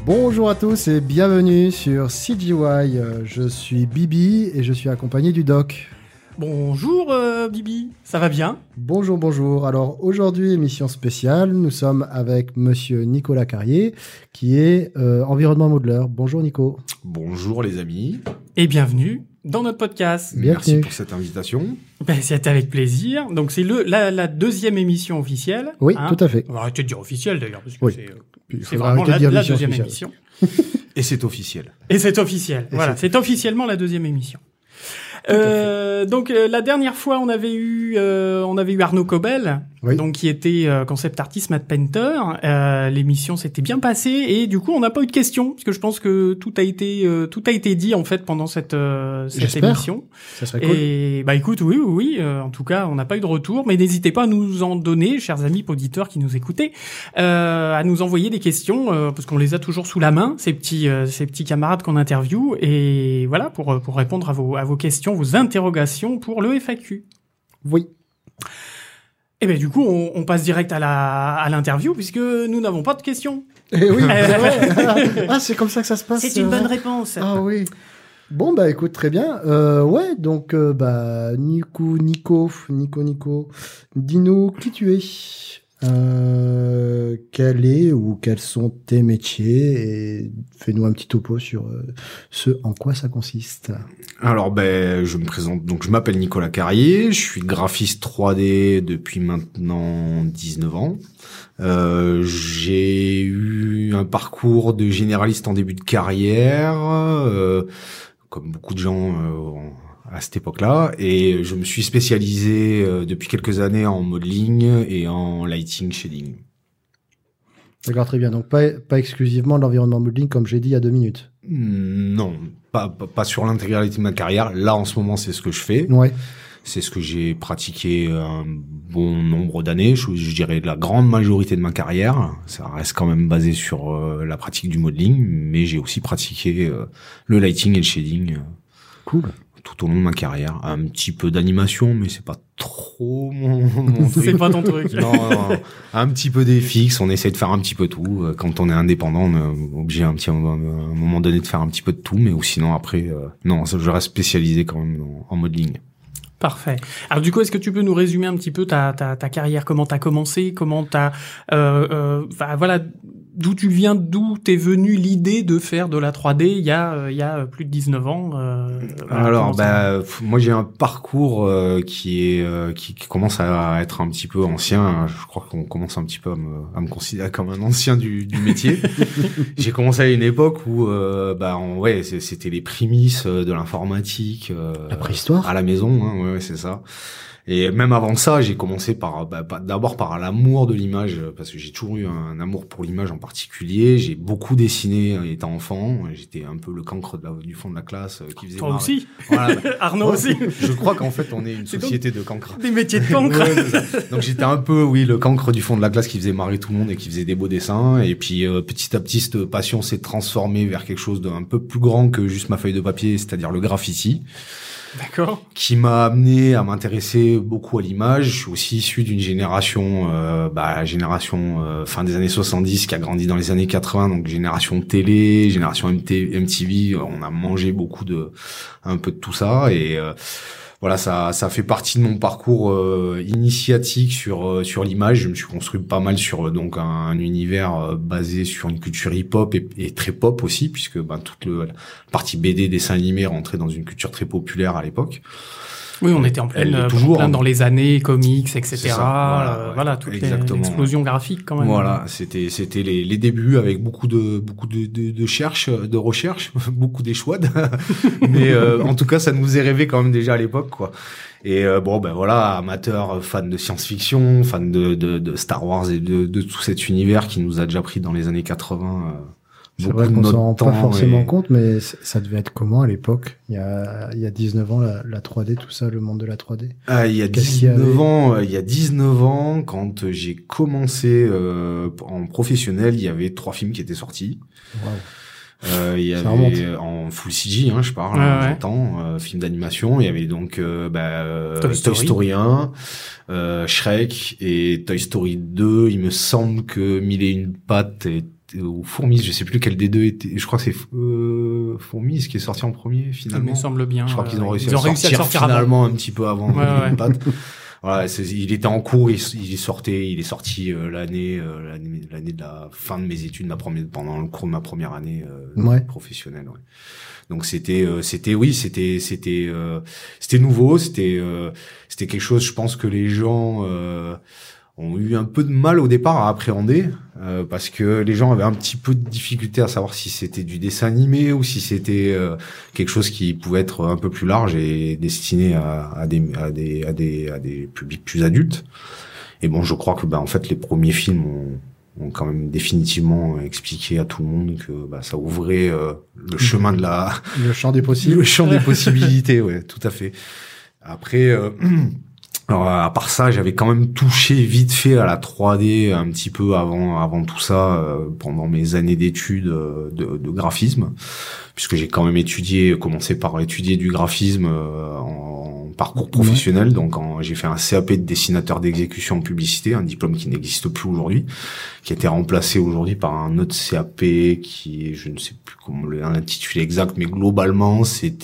Bonjour à tous et bienvenue sur CGY. Je suis Bibi et je suis accompagné du doc. Bonjour Bibi, ça va bien? Bonjour, bonjour. Alors aujourd'hui, émission spéciale, nous sommes avec monsieur Nicolas Carrier qui est environnement modeler. Bonjour Nico. Bonjour les amis. Et bienvenue dans notre podcast. Bienvenue. Merci pour cette invitation. Ben, c'est avec plaisir. Donc c'est la deuxième émission officielle. Oui, tout à fait. On va arrêter de dire officielle d'ailleurs, parce que Oui. c'est faudra vraiment arrêter de dire la mission deuxième officielle. émission. Et c'est officiel. Et c'est officiel. Voilà, c'est officiellement la deuxième émission. Donc la dernière fois on avait eu Arnaud Cobel, Oui. donc qui était concept artist Matte Painter. L'émission s'était bien passée et du coup on n'a pas eu de questions parce que je pense que tout a été dit en fait pendant cette J'espère. émission. Ça serait cool. Et bah écoute, oui, en tout cas on n'a pas eu de retour, mais n'hésitez pas à nous en donner, chers amis auditeurs qui nous écoutez, à nous envoyer des questions parce qu'on les a toujours sous la main, ces petits camarades qu'on interviewe, et voilà pour répondre à vos questions, vos interrogations pour le FAQ. Oui. Et ben du coup on passe direct à l'interview puisque nous n'avons pas de questions. Et oui, c'est vrai. Ah, c'est comme ça que ça se passe. C'est une bonne réponse. Ah oui. Bon, bah écoute, très bien. Ouais, donc, Nico, dis-nous qui tu es. Quel est ou quels sont tes métiers et fais-nous un petit topo sur ce en quoi ça consiste. Alors je me présente, donc je m'appelle Nicolas Carrier, je suis graphiste 3D depuis maintenant 19 ans. J'ai eu un parcours de généraliste en début de carrière, comme beaucoup de gens à cette époque-là, et je me suis spécialisé depuis quelques années en modeling et en lighting shading. D'accord, très bien. Donc, pas exclusivement de l'environnement modeling, comme j'ai dit il y a 2 minutes. Non, pas sur l'intégralité de ma carrière. Là, en ce moment, c'est ce que je fais. Ouais. C'est ce que j'ai pratiqué un bon nombre d'années, je dirais la grande majorité de ma carrière. Ça reste quand même basé sur la pratique du modeling, mais j'ai aussi pratiqué le lighting et le shading. Cool. Tout au long de ma carrière. Un petit peu d'animation, mais c'est pas trop mon truc. C'est pas ton truc. Non, un petit peu des fixes, on essaie de faire un petit peu tout. Quand on est indépendant, on est obligé à un moment donné de faire un petit peu de tout, mais ou sinon après, non, je reste spécialisé quand même en modeling. Parfait. Alors du coup, est-ce que tu peux nous résumer un petit peu ta carrière, comment t'as commencé, comment voilà, d'où tu viens, d'où t'es venue l'idée de faire de la 3D il y a plus de 19 ans. Voilà, alors moi j'ai un parcours qui commence à être un petit peu ancien. Je crois qu'on commence un petit peu à me considérer comme un ancien du métier. J'ai commencé à une époque où c'était les prémices de l'informatique, La préhistoire. à la maison, hein, ouais, c'est ça. Et même avant ça, j'ai commencé d'abord par l'amour de l'image, parce que j'ai toujours eu un amour pour l'image en particulier. J'ai beaucoup dessiné étant enfant. J'étais un peu le cancre du fond de la classe qui faisait toi marrer. aussi. Voilà. Arnaud aussi. Je crois qu'en fait, on est une C'est société de cancres. Des métiers de cancre. Ouais, c'est ça. Donc j'étais un peu, le cancre du fond de la classe qui faisait marrer tout le monde et qui faisait des beaux dessins. Et puis petit à petit, cette passion s'est transformée vers quelque chose d'un peu plus grand que juste ma feuille de papier, c'est-à-dire le graffiti. D'accord. Qui m'a amené à m'intéresser beaucoup à l'image. Je suis aussi issu d'une génération, fin des années 70 qui a grandi dans les années 80, donc génération télé, génération MTV. On a mangé un peu de tout ça, et voilà, ça fait partie de mon parcours initiatique sur l'image. Je me suis construit pas mal sur donc un univers basé sur une culture hip-hop et très pop aussi, puisque toute la partie BD, dessin animé rentrait dans une culture très populaire à l'époque. Oui, on était en pleine dans les années comics, etc. Ça, voilà, toute l'explosion graphique quand même. Voilà, c'était les débuts avec beaucoup de recherche, beaucoup d'échouades. Mais en tout cas, ça nous est rêvé quand même déjà à l'époque, quoi. Et voilà, amateur, fan de science-fiction, fan de Star Wars et de tout cet univers qui nous a déjà pris dans les années 80. C'est vrai qu'on s'en rend pas forcément compte, mais ça devait être comment à l'époque, il y a 19 ans, la 3D, tout ça, le monde de la 3D. Il y a 19 ans, quand j'ai commencé en professionnel, il y avait 3 films qui étaient sortis. Wow. Il y avait en full CG, je parle, j'entends, film d'animation. Il y avait donc Toy Story 1, Shrek et Toy Story 2. Il me semble que Mille et une pattes ou Fourmis, je sais plus lequel des deux était. Je crois que c'est Fourmis qui est sorti en premier finalement. Ça me semble bien. Je crois qu'ils ont réussi à le sortir finalement un petit peu avant. Ouais. Voilà, il était en cours, il est sorti l'année de la fin de mes études, pendant le cours de ma première année professionnelle. Ouais. Donc c'était nouveau, c'était quelque chose, je pense que les gens ont eu un peu de mal au départ à appréhender parce que les gens avaient un petit peu de difficulté à savoir si c'était du dessin animé ou si c'était quelque chose qui pouvait être un peu plus large et destiné à des publics plus adultes. Et bon, je crois que en fait les premiers films ont quand même définitivement expliqué à tout le monde que ça ouvrait le chemin de le champ des possibles. Le champ des possibilités, ouais, tout à fait. Après alors, à part ça, j'avais quand même touché vite fait à la 3D un petit peu avant tout ça, pendant mes années d'études de graphisme, puisque j'ai quand même commencé par étudier du graphisme en parcours professionnel. Donc, j'ai fait un CAP de dessinateur d'exécution en publicité, un diplôme qui n'existe plus aujourd'hui, qui a été remplacé aujourd'hui par un autre CAP qui est, je ne sais plus comment l'intitulé exact, mais globalement,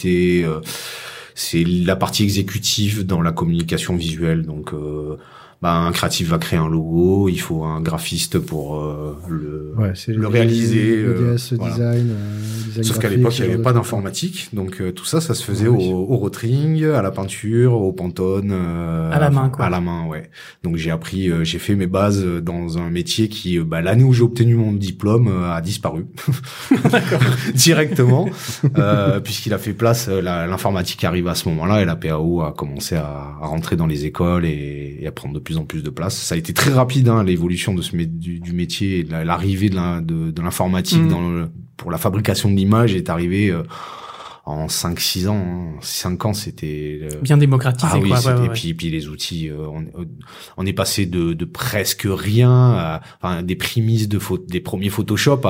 c'est la partie exécutive dans la communication visuelle. Donc, un créatif va créer un logo, il faut un graphiste pour le réaliser. Le DS design. Sauf qu'à l'époque, il n'y avait pas d'informatique, donc tout ça se faisait au rotring, à la peinture, au Pantone. À la main, quoi. À la main, ouais. Donc j'ai fait mes bases dans un métier qui, l'année où j'ai obtenu mon diplôme, a disparu. Directement, puisqu'il a fait place, l'informatique arrive à ce moment-là et la PAO a commencé à rentrer dans les écoles et à prendre de plus en plus de place. Ça a été très rapide, l'évolution de du métier et de l'arrivée de l'informatique pour la fabrication de l'image est arrivée en 5-6 ans. 5 ans, c'était bien démocratisé. Oui, et puis les outils, on est passé de presque rien, des prémices des premiers Photoshop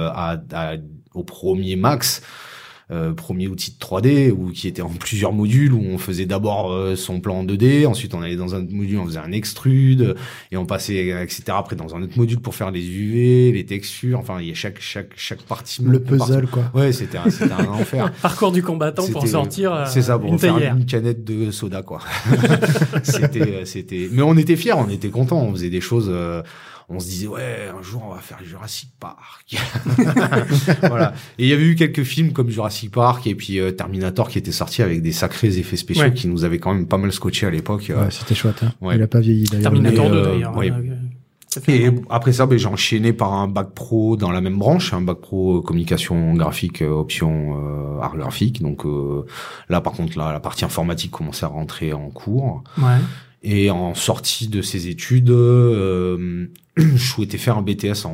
au premier Max. Premier outil de 3D qui était en plusieurs modules où on faisait d'abord son plan en 2D, ensuite on allait dans un autre module, on faisait un extrude et on passait etc. après dans un autre module pour faire les UV, les textures, enfin il y a chaque partie, le puzzle quoi. Ouais, c'était un enfer. Parcours du combattant pour sortir c'est ça, pour une faire théière. Une canette de soda quoi. c'était mais on était fiers, on était contents, on faisait des choses on se disait un jour on va faire Jurassic Park. Voilà. Et il y avait eu quelques films comme Jurassic Park et puis Terminator qui étaient sortis avec des sacrés effets spéciaux qui nous avaient quand même pas mal scotché à l'époque. Ouais, c'était chouette. Il a pas vieilli d'ailleurs. Terminator 2 d'ailleurs. Et après ça, j'ai enchaîné par un bac pro dans la même branche, un bac pro communication graphique, option art graphique. Donc là, par contre, la partie informatique commençait à rentrer en cours. Ouais. Et en sortie de ces études, je souhaitais faire un BTS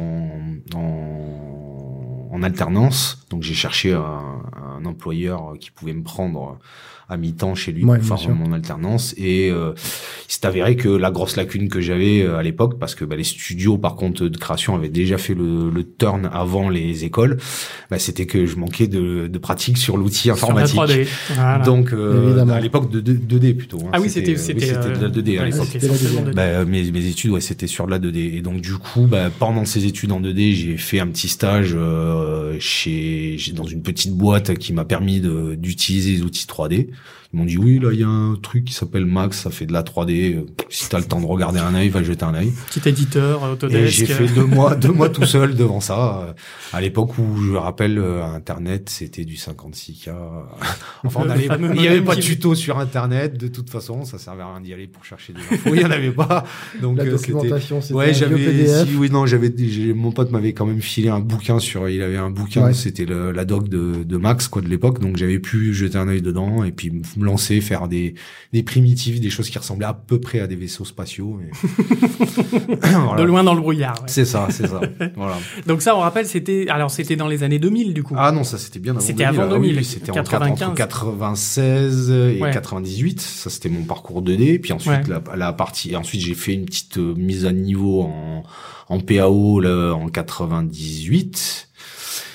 en alternance. Donc j'ai cherché un employeur qui pouvait me prendre à mi-temps chez lui pour faire mon alternance. Et il s'est avéré que la grosse lacune que j'avais à l'époque, parce que les studios par contre de création avaient déjà fait le turn avant les écoles, c'était que je manquais de pratique sur l'outil informatique. Sur la 3D. Voilà. Donc à l'époque de 2D plutôt. Ah oui, c'était de la 2D à l'époque. Mes études c'était sur de la 2D. Et donc du coup pendant ces études en 2D, j'ai fait un petit stage dans une petite boîte qui m'a permis d'utiliser les outils 3D. Ils m'ont dit oui, là il y a un truc qui s'appelle Max, ça fait de la 3D. Si t'as le temps de regarder un œil, va jeter un œil. Petit éditeur, Autodesk. Et j'ai fait 2 mois tout seul devant ça. À l'époque où je rappelle Internet, c'était du 56K. Enfin, il y avait pas de tuto sur Internet. De toute façon, ça servait à rien d'y aller pour chercher des infos. Il y en avait pas. Donc la documentation, c'était un PDF. Mon pote m'avait quand même filé un bouquin il avait un bouquin. C'était la doc de Max de l'époque. Donc j'avais pu jeter un œil dedans et puis me lancer, faire des primitives, des choses qui ressemblaient à peu près à des vaisseaux spatiaux. Voilà. De loin dans le brouillard. Ouais. C'est ça. Voilà. Donc ça, on rappelle, c'était dans les années 2000 du coup. Ah non, ça c'était bien avant 2000. C'était avant 2000. Oui, c'était entre 96 et 98. Ça c'était mon parcours 2D. Puis ensuite la partie. Ensuite j'ai fait une petite mise à niveau en PAO là, en 98.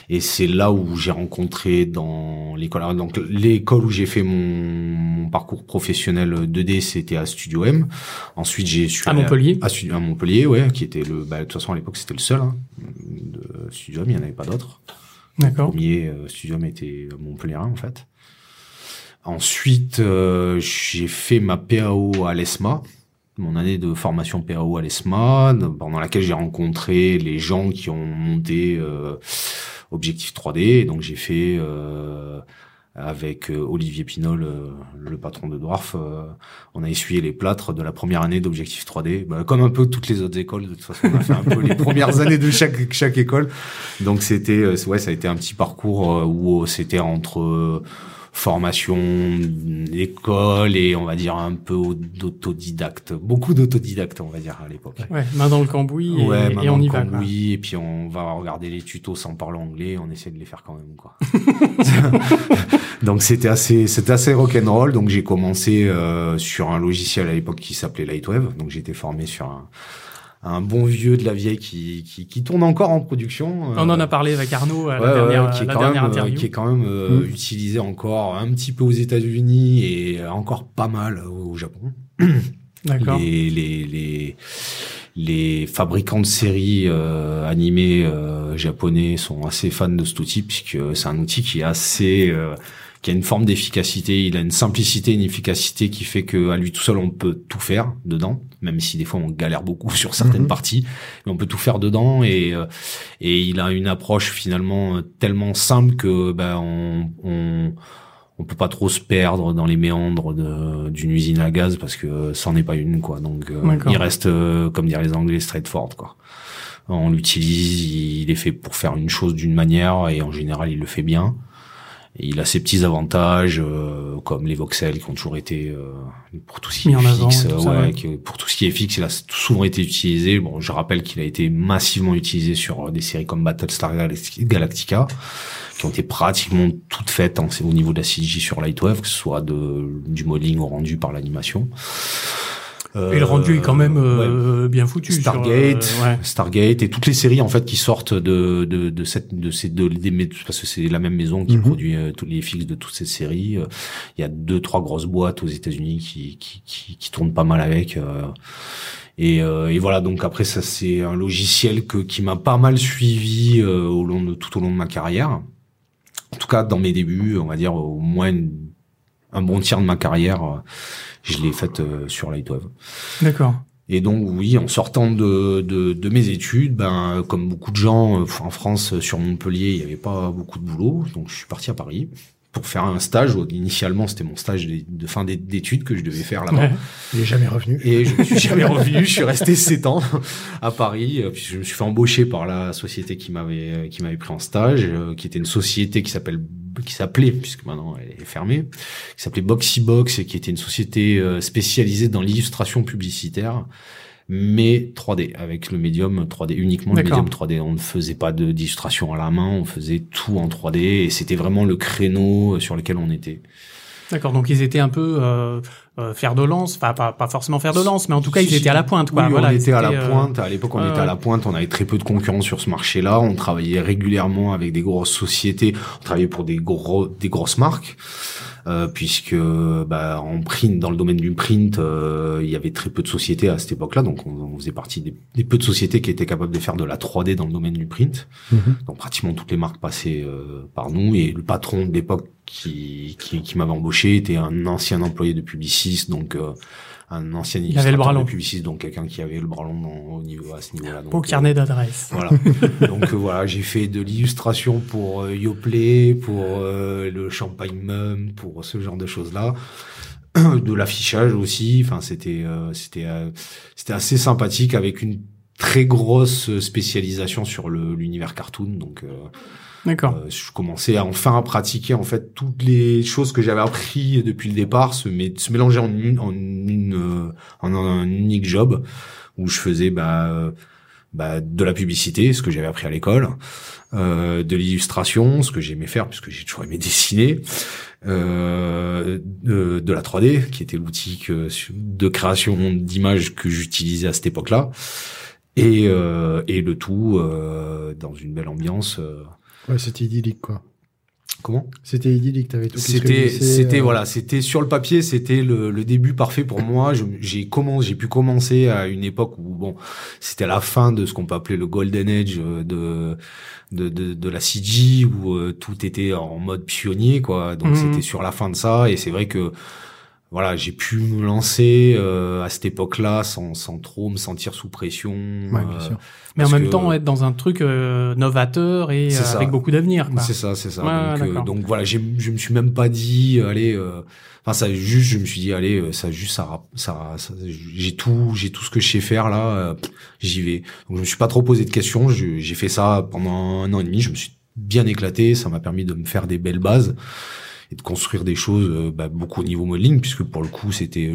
Et c'est là où j'ai rencontré dans l'école. Alors, donc l'école où j'ai fait mon parcours professionnel 2D, c'était à Studio M. Ensuite, j'ai suis à Montpellier. À Montpellier, ouais, qui était de toute façon à l'époque c'était le seul de Studio M, il n'y en avait pas d'autres. D'accord. Le premier Studio M était Montpellier en fait. Ensuite, j'ai fait ma PAO à l'ESMA, mon année de formation PAO à l'ESMA, pendant laquelle j'ai rencontré les gens qui ont monté Objectif 3D. Et donc j'ai fait avec Olivier Pinol, le patron de Dwarf, on a essuyé les plâtres de la première année d'Objectif 3D, comme un peu toutes les autres écoles. De toute façon, on a fait un peu les premières années de chaque école. Donc c'était ça a été un petit parcours où c'était entre formation, école et on va dire un peu d'autodidacte, beaucoup d'autodidacte on va dire à l'époque. Ouais, main dans le cambouis et on y va. Oui, et puis on va regarder les tutos sans parler anglais, on essaie de les faire quand même quoi. Donc c'était assez rock'n'roll. Donc j'ai commencé sur un logiciel à l'époque qui s'appelait Lightwave. Donc j'ai été formé sur un bon vieux de la vieille qui tourne encore en production. On en a parlé avec Arnaud à la dernière interview. Qui est quand même utilisé encore un petit peu aux États-Unis et encore pas mal au Japon. D'accord. Les fabricants de séries animées japonais sont assez fans de cet outil puisque c'est un outil qui est assez qui a une forme d'efficacité, il a une simplicité, une efficacité qui fait que à lui tout seul on peut tout faire dedans, même si des fois on galère beaucoup sur certaines parties, mais on peut tout faire dedans et il a une approche finalement tellement simple que on peut pas trop se perdre dans les méandres d'une usine à gaz parce que c'en est pas une quoi. Donc il reste comme diraient les Anglais straightforward quoi. On l'utilise, il est fait pour faire une chose d'une manière et en général il le fait bien. Et il a ses petits avantages comme les voxels qui ont toujours été pour tout ce qui est fixe, pour tout ce qui est fixe, il a souvent été utilisé. Bon, je rappelle qu'il a été massivement utilisé sur des séries comme Battlestar Galactica, qui ont été pratiquement toutes faites au niveau de la CG sur Lightwave, que ce soit du modeling au rendu par l'animation. Et le rendu est quand même bien foutu. Stargate et toutes les séries en fait qui sortent de ces deux parce que c'est la même maison qui produit tous les fixes de toutes ces séries. Il y a 2-3 grosses boîtes aux États-Unis qui tournent pas mal avec. Et voilà, donc après ça c'est un logiciel qui m'a pas mal suivi tout au long de ma carrière. En tout cas dans mes débuts, on va dire au moins un bon tiers de ma carrière. Je l'ai faite sur Lightwave. D'accord. Et donc oui, en sortant de mes études, comme beaucoup de gens en France, sur Montpellier, il y avait pas beaucoup de boulot, donc je suis parti à Paris pour faire un stage. Initialement, c'était mon stage de fin d'études que je devais faire là-bas. Il est jamais revenu. Et je ne suis jamais revenu. Je suis resté 7 ans à Paris. Puis je me suis fait embaucher par la société qui m'avait pris en stage, qui était une société qui s'appelait, puisque maintenant elle est fermée, qui s'appelait Boxybox et qui était une société spécialisée dans l'illustration publicitaire, mais 3D, avec le médium 3D, uniquement le médium 3D. On ne faisait pas d'illustration à la main, on faisait tout en 3D et c'était vraiment le créneau sur lequel on était. D'accord, donc ils étaient un peu fer de lance, enfin pas forcément fer de lance, mais en tout cas ils étaient à la pointe quoi. Oui, voilà, on était à la pointe. À l'époque, on était à la pointe. On avait très peu de concurrence sur ce marché-là. On travaillait régulièrement avec des grosses sociétés. On travaillait pour des grosses marques. Puisque en print, dans le domaine du print, il y avait très peu de sociétés à cette époque-là, donc on faisait partie des peu de sociétés qui étaient capables de faire de la 3D dans le domaine du print. Donc pratiquement toutes les marques passaient par nous, et le patron de l'époque qui m'avait embauché était un ancien employé de Publicis, donc un ancien illustrateur de Publicis, donc quelqu'un qui avait le bras long à ce niveau-là. Au carnet d'adresse. Voilà. Donc voilà, j'ai fait de l'illustration pour Yoplait, pour le Champagne Mum, pour ce genre de choses-là, de l'affichage aussi. Enfin, c'était assez sympathique avec une très grosse spécialisation sur l'univers cartoon. Donc d'accord. Je commençais enfin à pratiquer en fait toutes les choses que j'avais appris depuis le départ, se mélanger en un unique job où je faisais de la publicité, ce que j'avais appris à l'école, de l'illustration, ce que j'aimais faire puisque j'ai toujours aimé dessiner, de la 3D qui était l'outil de création d'images que j'utilisais à cette époque-là, et le tout dans une belle ambiance. Ouais, c'était idyllique, quoi. Comment ? C'était idyllique, t'avais tout C'était sur le papier, c'était le début parfait pour moi. J'ai pu commencer à une époque où bon, c'était la fin de ce qu'on peut appeler le golden age de la CG où tout était en mode pionnier, quoi. Donc c'était sur la fin de ça, et c'est vrai que voilà, j'ai pu me lancer à cette époque-là sans trop me sentir sous pression. Ouais, bien sûr. Mais en même temps, être dans un truc novateur et avec beaucoup d'avenir, quoi. C'est ça. Ouais, donc voilà, je me suis même pas dit, allez, je me suis dit, allez, j'ai tout ce que je sais faire là, j'y vais. Donc je me suis pas trop posé de questions. J'ai fait ça pendant 1 an et demi. Je me suis bien éclaté. Ça m'a permis de me faire des belles bases et de construire des choses beaucoup au niveau modeling, puisque pour le coup c'était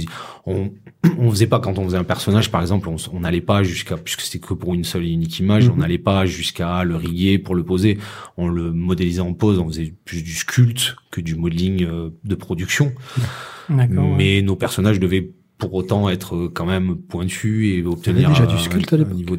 on faisait pas, quand on faisait un personnage par exemple, on n'allait pas jusqu'à, puisque c'était que pour une seule et unique image, on n'allait pas jusqu'à le riguer pour le poser, on le modélisait en pose, on faisait plus du sculpt que du modeling de production. Mais nos personnages devaient pour autant être quand même pointus et obtenir déjà du sculpt à l'époque. Niveau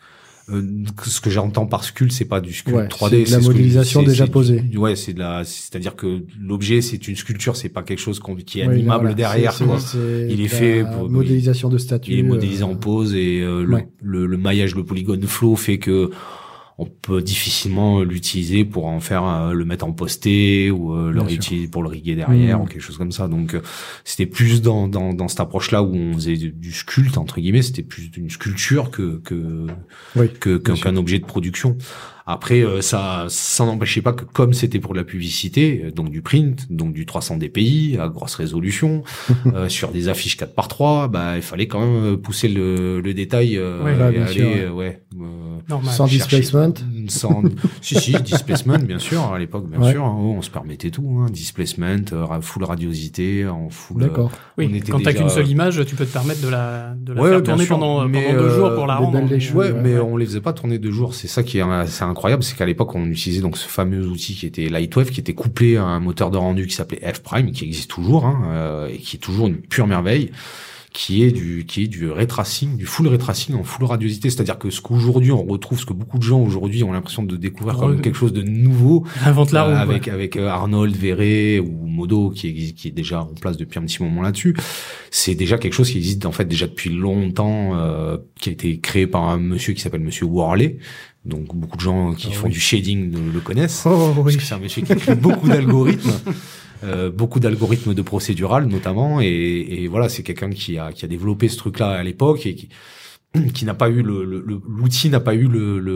ce que j'entends par sculpt, c'est pas du sculpt 3D, c'est de la modélisation déjà posée. Ouais, c'est-à-dire que l'objet, c'est une sculpture, c'est pas quelque chose qui est animable derrière, quoi. Il est fait pour modélisation de statue. Il est modélisé en pose, et le maillage, le polygone flow fait que on peut difficilement l'utiliser pour en faire le mettre en posté ou le réutiliser pour le riguer derrière ou quelque chose comme ça. Donc c'était plus dans cette approche-là où on faisait du sculpte entre guillemets, c'était plus une sculpture qu'un objet de production. Après, ça n'empêchait pas que, comme c'était pour de la publicité, donc du print, donc du 300 dpi à grosse résolution, sur des affiches 4x3, il fallait quand même pousser le détail, et aller, sans displacement. Si, displacement, bien sûr, à l'époque, bien sûr, on se permettait tout, displacement, full radiosité, en full. D'accord. Oui, quand t'as qu'une seule image, tu peux te permettre de la faire tourner pendant 2 jours pour la rendre. Mais on les faisait pas tourner 2 jours. C'est ça qui est assez incroyable, c'est qu'à l'époque, on utilisait donc ce fameux outil qui était Lightwave, qui était couplé à un moteur de rendu qui s'appelait F-Prime, qui existe toujours, et qui est toujours une pure merveille, qui est du ray tracing, du full ray tracing en full radiosité. C'est-à-dire que ce qu'aujourd'hui on retrouve, ce que beaucoup de gens aujourd'hui ont l'impression de découvrir comme quelque chose de nouveau, invente la roue, avec Arnold, Verret ou Modo qui est déjà en place depuis un petit moment là-dessus. C'est déjà quelque chose qui existe en fait déjà depuis longtemps, qui a été créé par un monsieur qui s'appelle Monsieur Worley. Donc beaucoup de gens qui font du shading le connaissent, parce que c'est un monsieur qui écrit beaucoup d'algorithmes. Beaucoup d'algorithmes de procédural notamment, et voilà, c'est quelqu'un qui a développé ce truc-là à l'époque et qui n'a pas eu l'outil n'a pas eu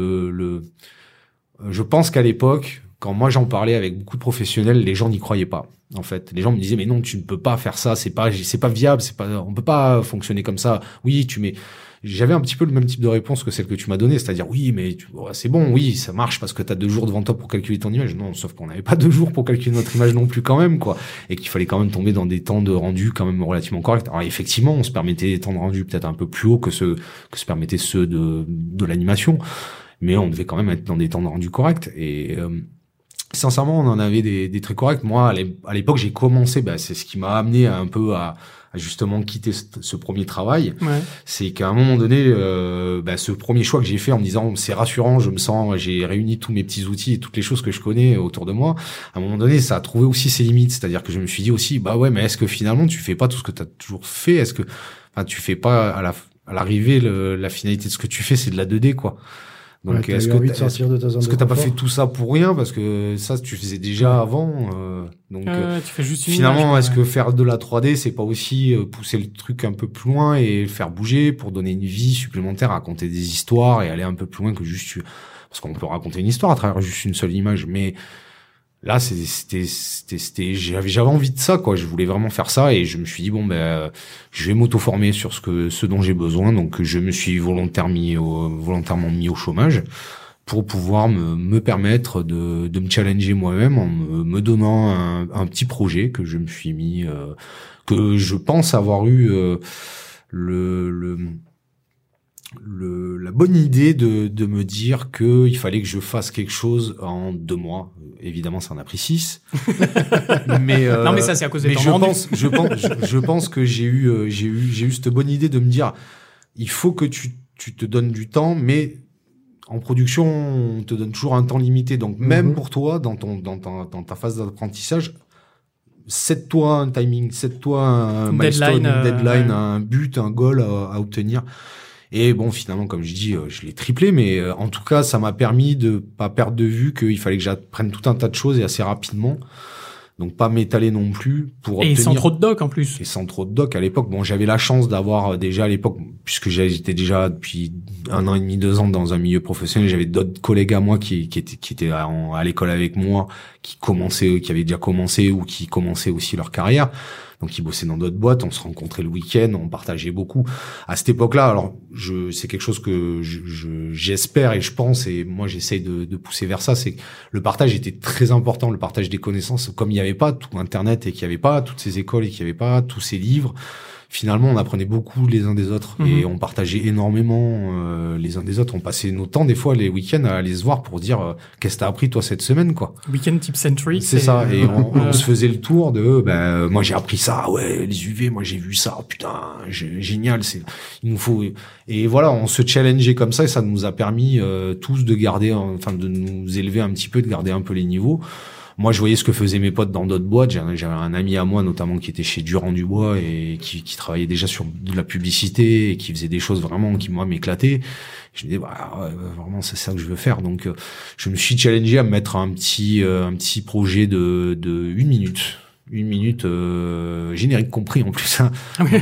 je pense qu'à l'époque, quand moi j'en parlais avec beaucoup de professionnels, les gens n'y croyaient pas. En fait, les gens me disaient mais non, tu ne peux pas faire ça, c'est pas viable, on peut pas fonctionner comme ça. Oui, j'avais un petit peu le même type de réponse que celle que tu m'as donnée, c'est-à-dire oui, mais c'est bon, oui, ça marche parce que t'as 2 jours devant toi pour calculer ton image. Non, sauf qu'on n'avait pas 2 jours pour calculer notre image non plus quand même, quoi, et qu'il fallait quand même tomber dans des temps de rendu quand même relativement corrects. Alors effectivement, on se permettait des temps de rendu peut-être un peu plus hauts que se permettaient ceux de l'animation, mais on devait quand même être dans des temps de rendu corrects. Et sincèrement, on en avait des très corrects. Moi, à l'époque, j'ai commencé, c'est ce qui m'a amené un peu à justement quitter ce premier travail. C'est qu'à un moment donné, ce premier choix que j'ai fait en me disant c'est rassurant, j'ai réuni tous mes petits outils et toutes les choses que je connais autour de moi. À un moment donné, ça a trouvé aussi ses limites. C'est-à-dire que je me suis dit aussi, mais est-ce que finalement tu fais pas tout ce que tu as toujours fait? Est-ce que, tu fais pas à l'arrivée la finalité de ce que tu fais, c'est de la 2D, quoi. Donc est-ce que t'as pas fait tout ça pour rien, parce que ça tu faisais déjà avant, donc tu fais juste une finalement image, est-ce que faire de la 3D c'est pas aussi pousser le truc un peu plus loin et le faire bouger pour donner une vie supplémentaire, raconter des histoires et aller un peu plus loin que juste parce qu'on peut raconter une histoire à travers juste une seule image, mais là j'avais envie de ça, quoi. Je voulais vraiment faire ça et je me suis dit je vais m'auto-former sur ce dont j'ai besoin. Donc je me suis volontairement mis au chômage pour pouvoir me permettre de me challenger moi-même en me donnant un petit projet que je me suis mis, que je pense avoir eu la bonne idée de me dire que il fallait que je fasse quelque chose en 2 mois. Évidemment, ça en a pris 6. Mais non, mais ça c'est à cause des temps rendus. Je pense que j'ai eu cette bonne idée de me dire il faut que tu te donnes du temps, mais en production, on te donne toujours un temps limité. Donc, même pour toi, dans ta phase d'apprentissage, set-toi un timing, set-toi un milestone, une deadline, un but, un goal à obtenir. Et bon, finalement, comme je dis, je l'ai triplé, mais en tout cas, ça m'a permis de pas perdre de vue qu'il fallait que j'apprenne tout un tas de choses et assez rapidement. Donc pas m'étaler non plus pour obtenir... Et sans trop de doc en plus. Et sans trop de doc à l'époque. Bon, j'avais la chance d'avoir déjà à l'époque, puisque j'étais déjà depuis 1 an et demi, 2 ans dans un milieu professionnel, j'avais d'autres collègues à moi qui étaient à l'école avec moi, qui avaient déjà commencé ou qui commençaient aussi leur carrière. Donc ils bossaient dans d'autres boîtes, on se rencontrait le week-end, on partageait beaucoup. À cette époque-là, alors c'est quelque chose que j'espère et je pense, et moi j'essaye de pousser vers ça, c'est que le partage était très important, le partage des connaissances. Comme il n'y avait pas tout Internet et qu'il n'y avait pas toutes ces écoles et qu'il n'y avait pas tous ces livres, finalement on apprenait beaucoup les uns des autres et on partageait énormément les uns des autres. On passait nos temps des fois les week-ends à aller se voir pour dire qu'est-ce que t'as appris toi cette semaine, quoi. Weekend Tip Century. C'est ça. Et on se faisait le tour de moi j'ai appris ça, ouais, les UV, moi j'ai vu ça, putain, génial, il nous faut. Et voilà, on se challengeait comme ça et ça nous a permis tous de garder, enfin de nous élever un petit peu, de garder un peu les niveaux. Moi, je voyais ce que faisaient mes potes dans d'autres boîtes. J'avais un ami à moi, notamment, qui était chez Durand Dubois et qui travaillait déjà sur de la publicité et qui faisait des choses vraiment qui, moi, m'éclataient. Je me disais, vraiment, c'est ça que je veux faire. Donc, je me suis challengé à me mettre un petit projet de 1 minute. 1 minute, générique compris en plus. Hein.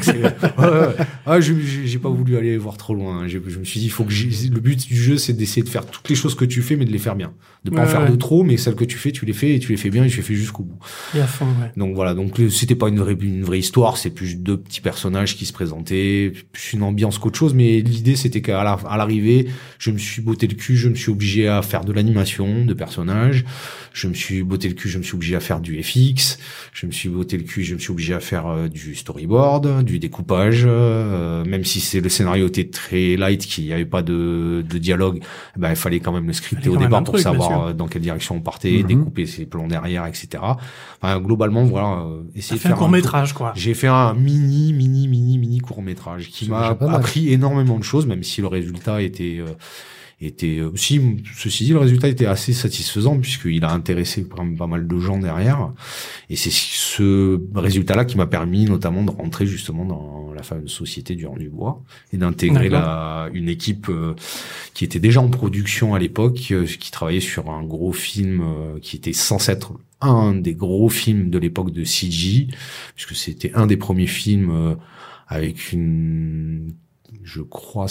Donc j'ai pas voulu aller voir trop loin. Je me suis dit, le but du jeu, c'est d'essayer de faire toutes les choses que tu fais, mais de les faire bien. De pas en faire de trop, mais celles que tu fais, tu les fais et tu les fais bien et tu les fais jusqu'au bout. Et à fond, ouais. Donc voilà. Donc c'était pas une vraie histoire, c'est plus 2 petits personnages qui se présentaient, plus une ambiance qu'autre chose. Mais l'idée, c'était qu'à l'arrivée, je me suis botté le cul, je me suis obligé à faire de l'animation de personnages. Je me suis botté le cul, je me suis obligé à faire du FX. Je me suis botté le cul, je me suis obligé à faire du storyboard, du découpage, même si le scénario était très light, qu'il n'y avait pas de dialogue, il fallait quand même le scripter au départ pour savoir dans quelle direction on partait, découper ses plans derrière, etc. Enfin, globalement, voilà, essayer de faire un court-métrage, quoi. J'ai fait un mini court-métrage qui m'a appris énormément de choses, même si le résultat était aussi, ceci dit, le résultat était assez satisfaisant puisqu'il a intéressé quand même pas mal de gens derrière. Et c'est ce résultat-là qui m'a permis notamment de rentrer justement dans la fameuse société Durand Dubois et d'intégrer une équipe qui était déjà en production à l'époque, qui travaillait sur un gros film qui était censé être un des gros films de l'époque de CG, puisque c'était un des premiers films avec je crois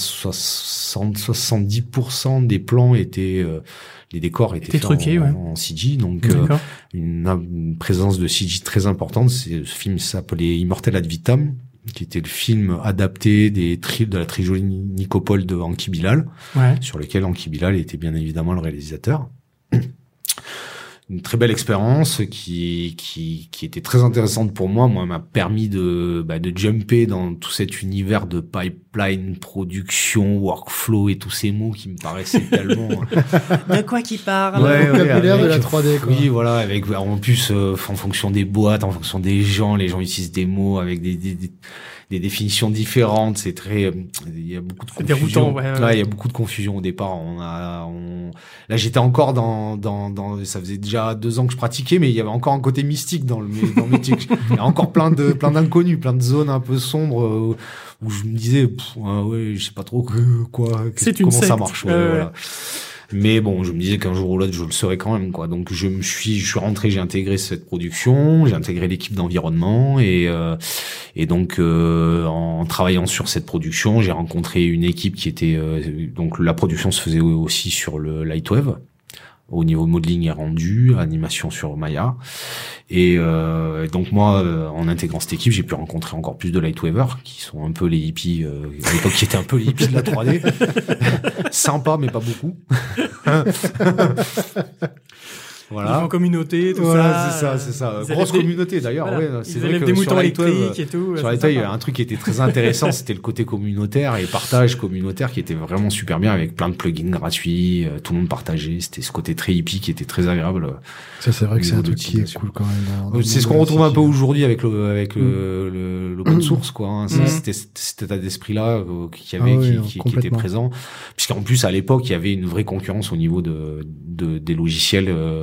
70% des plans étaient les décors étaient truqués en CG, donc une présence de CG très importante. Ce film s'appelait Immortel Ad Vitam, qui était le film adapté de la trilogie Nicopole de Anki Bilal, sur lequel Anki Bilal était bien évidemment le réalisateur. Une très belle expérience qui était très intéressante pour moi. Moi, m'a permis de jumper dans tout cet univers de pipeline, production, workflow et tous ces mots qui me paraissaient tellement... De quoi qu'il parle? Le vocabulaire de la 3D, quoi. Oui, voilà, avec, en plus, en fonction des boîtes, en fonction des gens, les gens utilisent des mots avec des définitions différentes. C'est très, il y a beaucoup de confusion. Déroutant, il y a beaucoup de confusion au départ. Là, j'étais encore ça faisait déjà 2 ans que je pratiquais, mais il y avait encore un côté mystique dans le métier. Il y a encore plein d'inconnus, plein de zones un peu sombres où je me disais, je sais pas trop comment ça marche. Voilà. Mais bon, je me disais qu'un jour ou l'autre, je le saurais quand même, quoi. Donc, je suis rentré, j'ai intégré cette production, j'ai intégré l'équipe d'environnement et donc, en travaillant sur cette production, j'ai rencontré une équipe qui était, donc la production se faisait aussi sur le Lightwave, au niveau modeling et rendu, animation sur Maya. Et donc moi, en intégrant cette équipe, j'ai pu rencontrer encore plus de Lightwavers, qui sont un peu les hippies, à l'époque qui étaient un peu les hippies de la 3D. Sympa, mais pas beaucoup. Voilà. Ils font communauté, tout voilà, ça. c'est ça. Ils Grosse élèvent communauté d'ailleurs. Voilà. Ouais, c'est Ils vrai élèvent que des sur moutons Lightwave, électriques et tout. sur c'est Lightwave, il y sympa. a un truc qui était très intéressant, c'était le côté communautaire et partage communautaire qui était vraiment super bien avec plein de plugins gratuits, tout le monde partageait. C'était ce côté très hippie qui était très agréable. Ça, c'est vrai que c'est un niveau truc qui est d'utilisation. cool quand même. dans C'est le ce qu'on monde retrouve un peu de la aujourd'hui avec l'open source, quoi. Hein. C'était cet état d'esprit-là qu'il y avait, qui était présent. Puisqu'en plus, à l'époque, il y avait une vraie concurrence au niveau des logiciels,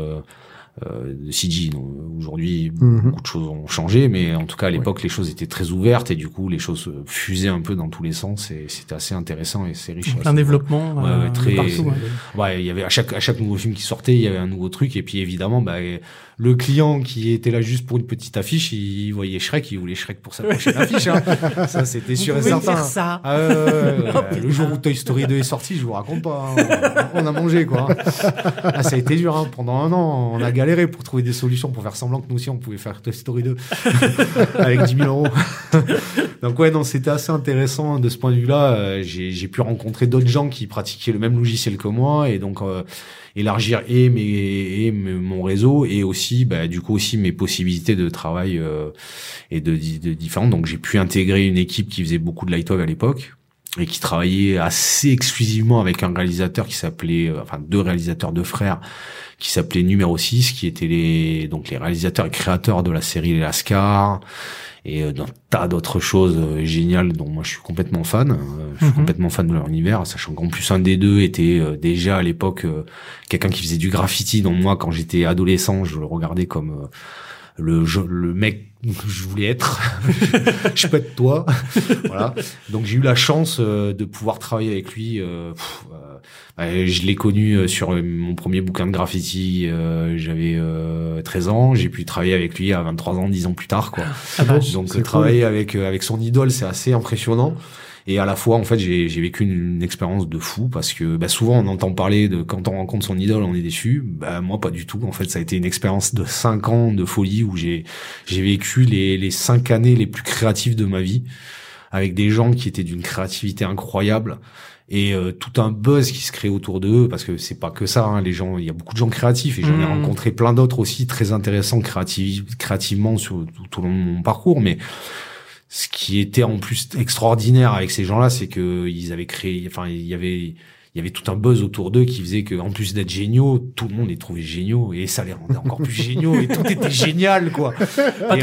de CG. Aujourd'hui, beaucoup de choses ont changé, mais en tout cas, à l'époque, les choses étaient très ouvertes et du coup, les choses fusaient un peu dans tous les sens et c'était assez intéressant et c'est riche. Plein de développement. Très, partout. Ouais, il y avait à chaque nouveau film qui sortait, il y avait un nouveau truc et puis évidemment, le client qui était là juste pour une petite affiche, il voyait Shrek, il voulait Shrek pour sa prochaine affiche. Hein. Ça, c'était sûr et certain. Faire ça. Le jour où Toy Story 2 est sorti, je vous raconte pas. Hein. On a mangé, quoi. Ah, ça a été dur. Hein. Pendant un an, on a galéré pour trouver des solutions, pour faire semblant que nous aussi, on pouvait faire Toy Story 2 avec 10 000 €. Donc ouais, non, c'était assez intéressant de ce point de vue-là. J'ai pu rencontrer d'autres gens qui pratiquaient le même logiciel que moi et donc élargir mon réseau et aussi du coup aussi mes possibilités de travail et de différentes. Donc j'ai pu intégrer une équipe qui faisait beaucoup de Lightwave à l'époque et qui travaillait assez exclusivement avec un réalisateur qui s'appelait deux réalisateurs, deux frères qui s'appelaient Numéro 6, qui étaient les réalisateurs et créateurs de la série Les Lascars et d'un tas d'autres choses géniales dont moi je suis complètement fan. Je suis complètement fan de leur univers, sachant qu'en plus un des deux était déjà à l'époque quelqu'un qui faisait du graffiti. Donc moi, quand j'étais adolescent, je le regardais comme le mec que je voulais être. Je peux être toi. Voilà. Donc j'ai eu la chance de pouvoir travailler avec lui. Je l'ai connu sur mon premier bouquin de graffiti. J'avais 13 ans. J'ai pu travailler avec lui à 23 ans, 10 ans plus tard, quoi. Donc travailler avec son idole, c'est assez impressionnant. Et à la fois, en fait, j'ai vécu une expérience de fou parce que souvent on entend parler de quand on rencontre son idole, on est déçu. Moi, pas du tout. En fait, ça a été une expérience de 5 ans de folie où j'ai vécu les 5 années les plus créatives de ma vie avec des gens qui étaient d'une créativité incroyable et tout un buzz qui se crée autour d'eux parce que c'est pas que ça. Hein, les gens, il y a beaucoup de gens créatifs et j'en ai rencontré plein d'autres aussi très intéressants créativement tout au long de mon parcours, mais ce qui était en plus extraordinaire avec ces gens-là, c'est que ils avaient créé, il y avait tout un buzz autour d'eux qui faisait que, en plus d'être géniaux, tout le monde les trouvait géniaux et ça les rendait encore plus géniaux et tout était génial, quoi. Et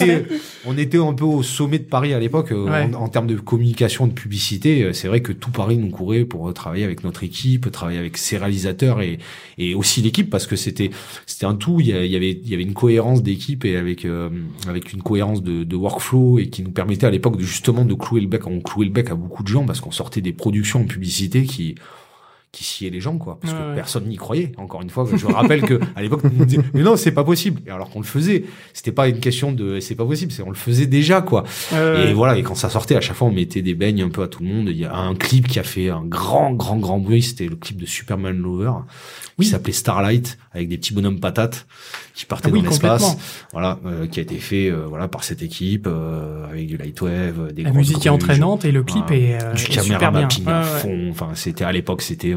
on était un peu au sommet de Paris à l'époque, en termes de communication, de publicité. C'est vrai que tout Paris nous courait pour travailler avec notre équipe, travailler avec ses réalisateurs et aussi l'équipe parce que c'était un tout. Il y avait une cohérence d'équipe et avec une cohérence de workflow et qui nous permettait à l'époque justement de clouer le bec. On clouait le bec à beaucoup de gens parce qu'on sortait des productions en publicité qui sciaient les gens, quoi, parce que personne n'y croyait. Encore une fois, je rappelle que à l'époque on nous disait mais non, c'est pas possible. Et alors qu'on le faisait, c'était pas une question de c'est pas possible, c'est on le faisait déjà, quoi. Et voilà, et quand ça sortait, à chaque fois on mettait des beignes un peu à tout le monde. Il y a un clip qui a fait un grand bruit, c'était le clip de Superman Lover. Qui s'appelait Starlight avec des petits bonhommes patates qui partaient dans l'espace. Voilà, qui a été fait par cette équipe avec du Lightwave, des la musique est entraînante et le clip est du super caméra bien. mapping à fond. Enfin, c'était à l'époque, c'était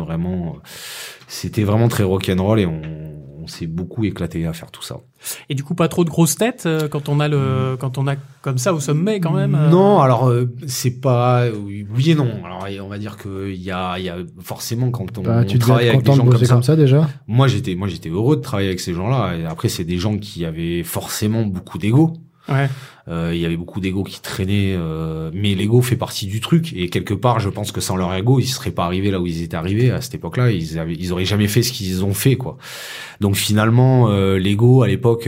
vraiment très rock'n'roll et on s'est beaucoup éclaté à faire tout ça. Et du coup, pas trop de grosses têtes quand on a comme ça au sommet quand même. Non, alors c'est pas oui et non. Alors on va dire que il y a forcément quand on travaille avec des gens comme ça déjà. Moi j'étais heureux de travailler avec ces gens-là. Et après c'est des gens qui avaient forcément beaucoup d'ego. Ouais. Il y avait beaucoup d'ego qui traînaient, mais l'ego fait partie du truc et quelque part je pense que sans leur ego ils seraient pas arrivés là où ils étaient arrivés à cette époque-là, ils auraient jamais fait ce qu'ils ont fait, quoi. Donc finalement l'ego à l'époque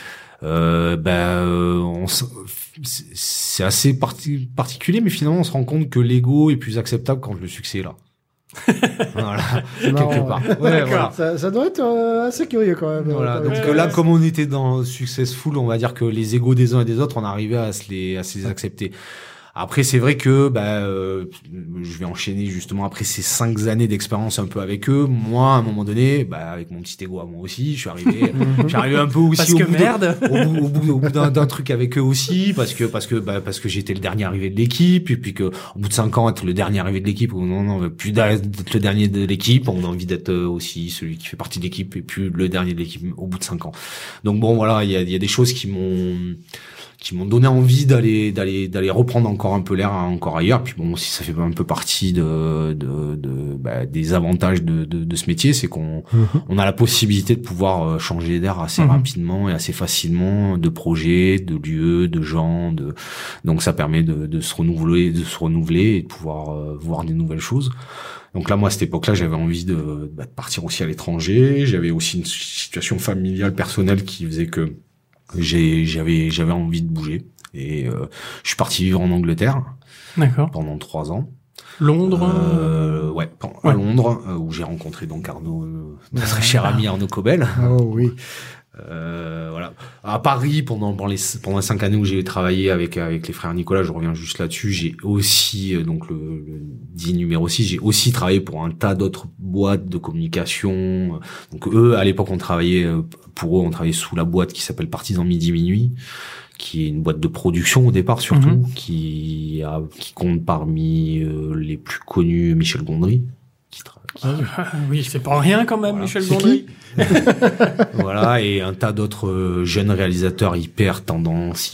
c'est assez particulier, mais finalement on se rend compte que l'ego est plus acceptable quand le succès est là. Voilà, quelque part. Ouais, voilà. Ça doit être assez curieux quand même. Voilà, donc là, comme on était dans Successful, on va dire que les égos des uns et des autres, on arrivait à se les accepter. Après, c'est vrai que je vais enchaîner justement après ces 5 années d'expérience un peu avec eux. Moi, à un moment donné, avec mon petit ego à moi aussi, je suis arrivé un peu aussi au bout d'un truc avec eux aussi, parce que j'étais le dernier arrivé de l'équipe, et puis que au bout de 5 ans être le dernier arrivé de l'équipe, on veut plus d'être le dernier de l'équipe, on a envie d'être aussi celui qui fait partie de l'équipe et plus le dernier de l'équipe au bout de 5 ans. Donc bon, voilà, il y a des choses qui m'ont donné envie d'aller reprendre encore un peu l'air encore ailleurs. Puis bon, si ça fait un peu partie des avantages de ce métier, c'est qu'on a la possibilité de pouvoir changer d'air assez rapidement et assez facilement, de projets, de lieux, de gens, donc ça permet de se renouveler et de pouvoir voir des nouvelles choses. Donc là, moi, à cette époque-là, j'avais envie de partir aussi à l'étranger. J'avais aussi une situation familiale, personnelle qui faisait que j'avais envie de bouger, et je suis parti vivre en Angleterre. D'accord. Pendant 3 ans. Londres. À Londres, où j'ai rencontré donc Arnaud, notre très cher ami Arnaud Cobel. Oh oui. Voilà. À Paris, pendant les 5 années où j'ai travaillé avec les frères Nicolas, je reviens juste là-dessus, j'ai aussi, donc le dit numéro 6, j'ai aussi travaillé pour un tas d'autres boîtes de communication. Donc eux, à l'époque, on travaillait sous la boîte qui s'appelle Partisan Midi Minuit, qui est une boîte de production au départ surtout, qui compte parmi les plus connus Michel Gondry. Oui, c'est pas rien quand même, voilà. Michel Gondry. Voilà, et un tas d'autres jeunes réalisateurs hyper tendance,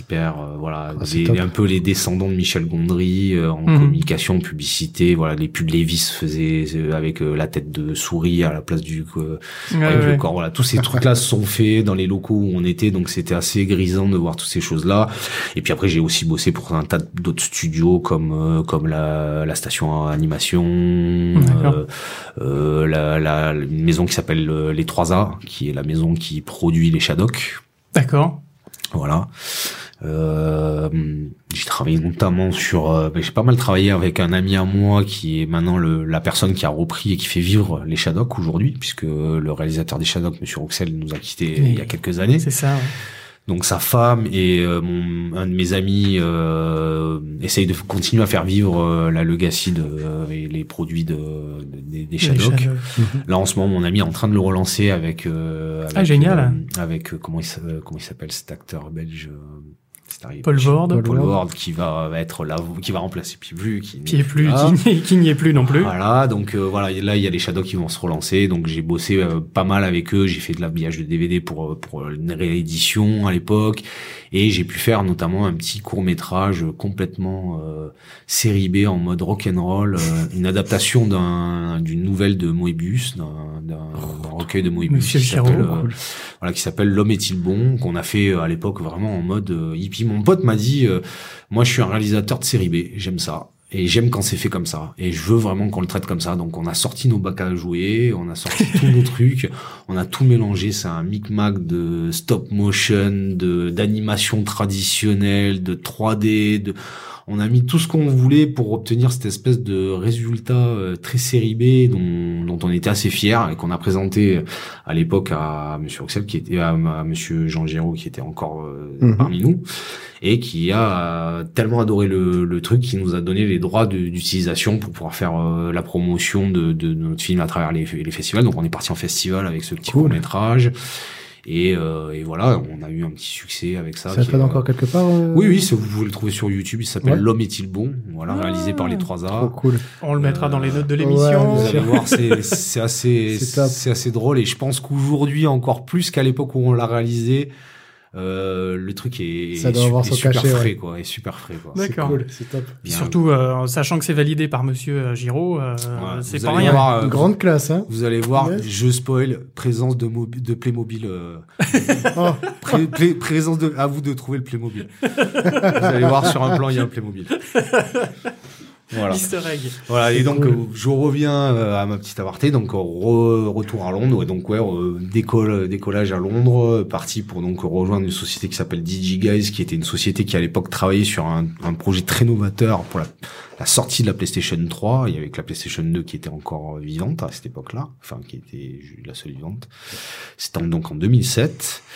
un peu les descendants de Michel Gondry en communication, publicité. Voilà, les pubs Lévis se faisaient avec la tête de souris à la place du le corps. Voilà, tous ces trucs-là se sont faits dans les locaux où on était, donc c'était assez grisant de voir toutes ces choses-là. Et puis après, j'ai aussi bossé pour un tas d'autres studios comme la station animation, une maison qui s'appelle les 3A, qui est la maison qui produit les Shadok. D'accord. Voilà. J'ai travaillé notamment j'ai pas mal travaillé avec un ami à moi qui est maintenant la personne qui a repris et qui fait vivre les Shadok aujourd'hui, puisque le réalisateur des Shadok, Monsieur Roxel, nous a quittés il y a quelques années. C'est ça, ouais. Donc sa femme et un de mes amis essayent de continuer à faire vivre la legacy et les produits des Shadok. Là en ce moment, mon ami est en train de le relancer avec génial. Avec comment il s'appelle cet acteur belge, Paul Ward, qui va remplacer Pievlu, qui n'y est plus non plus. Voilà, donc voilà, là il y a les Shadok qui vont se relancer, donc j'ai bossé pas mal avec eux, j'ai fait de l'habillage de DVD pour une réédition à l'époque, et j'ai pu faire notamment un petit court-métrage complètement série B en mode rock'n'roll, une adaptation d'une nouvelle de Moebius, d'un recueil de Moebius qui s'appelle L'homme est-il bon, qu'on a fait à l'époque vraiment en mode hippie. Mon pote m'a dit moi je suis un réalisateur de série B, j'aime ça. Et j'aime quand c'est fait comme ça. Et je veux vraiment qu'on le traite comme ça. Donc on a sorti nos bacs à jouer, on a sorti tous nos trucs, on a tout mélangé. C'est un micmac de stop motion, d'animation traditionnelle, de 3D, on a mis tout ce qu'on voulait pour obtenir cette espèce de résultat très série B dont on était assez fiers et qu'on a présenté à l'époque à Monsieur Roxel, à Monsieur Jean Giraud, qui était encore parmi nous, et qui a tellement adoré le truc qu'il nous a donné les droits d'utilisation pour pouvoir faire la promotion de notre film à travers les festivals. Donc on est parti en festival avec ce petit court-métrage. Et voilà, on a eu un petit succès avec ça. Ça traîne encore quelque part Oui, vous pouvez le trouver sur YouTube. Il s'appelle L'homme est-il bon. Voilà, réalisé par les 3A. Trop cool. On le mettra dans les notes de l'émission. Vous allez voir, c'est assez drôle. Et je pense qu'aujourd'hui, encore plus qu'à l'époque où on l'a réalisé, le truc est super frais, quoi. Est super frais, quoi. D'accord. C'est cool, c'est top. Surtout, sachant que c'est validé par Monsieur Giraud, c'est pas rien. Grande classe, hein. Vous allez voir, je spoil, présence de Playmobil. Présence à vous de trouver le Playmobil. Vous allez voir, sur un plan, il y a un Playmobil. Voilà. Easter egg. Voilà, et donc je reviens à ma petite aparté, donc retour à Londres, et donc décollage à Londres, parti pour donc rejoindre une société qui s'appelle DigiGuys, qui était une société qui à l'époque travaillait sur un projet très novateur pour la sortie de la PlayStation 3. Il y avait que la PlayStation 2 qui était encore vivante à cette époque-là, enfin qui était la seule vivante. C'était donc en 2007.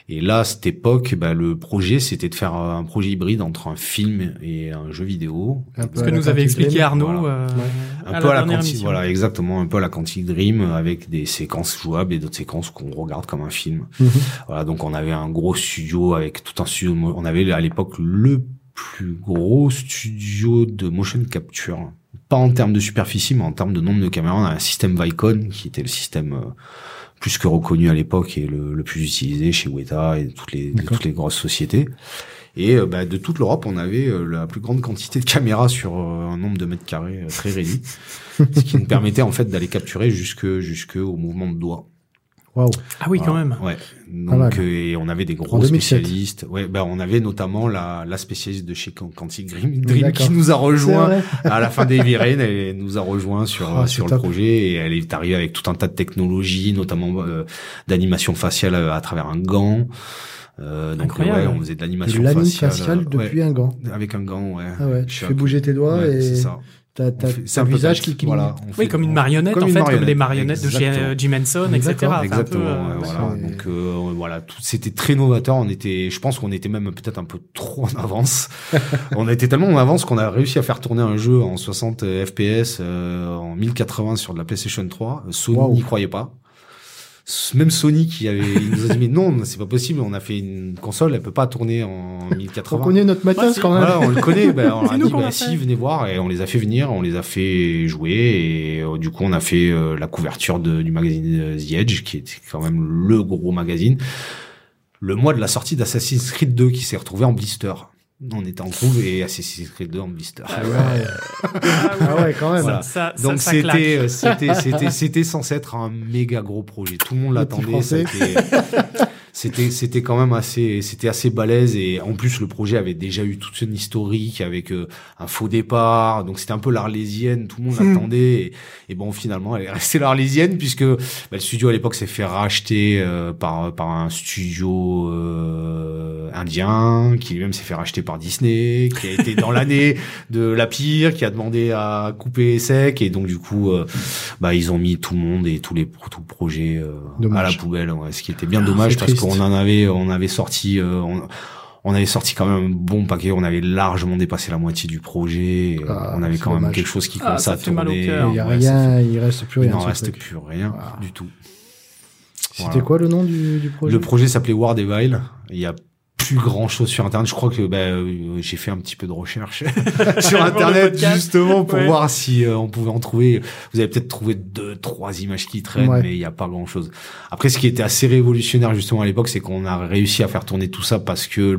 Et là, à cette époque, le projet, c'était de faire un projet hybride entre un film et un jeu vidéo. Ce que nous avait expliqué Arnaud. Voilà. Un peu à la Quantic, voilà, exactement, un peu à la Quantic Dream, avec des séquences jouables et d'autres séquences qu'on regarde comme un film. Voilà, donc on avait un gros studio avec tout un studio. On avait à l'époque le plus gros studio de motion capture. Pas en termes de superficie, mais en termes de nombre de caméras. On a un système Vicon, qui était le système plus que reconnu à l'époque et le plus utilisé chez Weta et de toutes les grosses sociétés. Et de toute l'Europe, on avait la plus grande quantité de caméras sur un nombre de mètres carrés très réduit, ce qui nous permettait en fait d'aller capturer jusque au mouvement de doigts. Waouh. Ah oui, quand même. Ouais. Donc et on avait des gros spécialistes. Ouais, on avait notamment la spécialiste de chez Quantic Dream qui nous a rejoint à la fin des Viren. Elle nous a rejoint sur le projet et elle est arrivée avec tout un tas de technologies, notamment d'animation faciale à travers un gant. Donc on faisait de l'animation faciale depuis un gant. Avec un gant, ouais. Ah ouais. Tu fais bouger tes doigts et c'est ça. T'as un visage qui cligne. Voilà, comme une marionnette, comme les marionnettes de chez Jim Henson, etc. Exactement, voilà. Donc, voilà, c'était très novateur. Je pense qu'on était même peut-être un peu trop en avance. On a été tellement en avance qu'on a réussi à faire tourner un jeu en 60 FPS, en 1080 sur de la PlayStation 3. Sony n'y croyait pas. Même Sony il nous a dit mais non, c'est pas possible, on a fait une console, elle peut pas tourner en 1080. On connaît notre matos quand même. Voilà, on le connaît, on a dit si, venez voir, et on les a fait venir, on les a fait jouer, et du coup on a fait la couverture du magazine The Edge, qui était quand même le gros magazine, le mois de la sortie d'Assassin's Creed 2, qui s'est retrouvé en blister. On était en trouve et Assassin's Creed 2 en blister. Ah ouais, quand même. Voilà. Donc c'était censé être un méga gros projet. Tout le monde l'attendait. C'était quand même assez balèze, et en plus le projet avait déjà eu toute une historique avec un faux départ, donc c'était un peu l'Arlésienne, tout le monde l'attendait, et bon finalement elle est restée l'Arlésienne, puisque le studio à l'époque s'est fait racheter par un studio indien, qui lui-même s'est fait racheter par Disney, qui a été dans l'année de la pire, qui a demandé à couper sec, et donc du coup ils ont mis tout le monde et tout le projet à la poubelle, ce qui était bien dommage, parce qu'on avait sorti on avait sorti quand même un bon paquet, on avait largement dépassé la moitié du projet, on avait quand même quelque chose qui commençait à tourner. Il reste plus rien. Il n'en reste plus rien du tout. C'était quoi le nom du projet? Le projet s'appelait War Devil. Il y a plus grand chose sur internet. Je crois que j'ai fait un petit peu de recherche sur internet justement pour voir si on pouvait en trouver. Vous avez peut-être trouvé 2-3 images qui traînent, mais il y a pas grand chose. Après, ce qui était assez révolutionnaire justement à l'époque, c'est qu'on a réussi à faire tourner tout ça parce que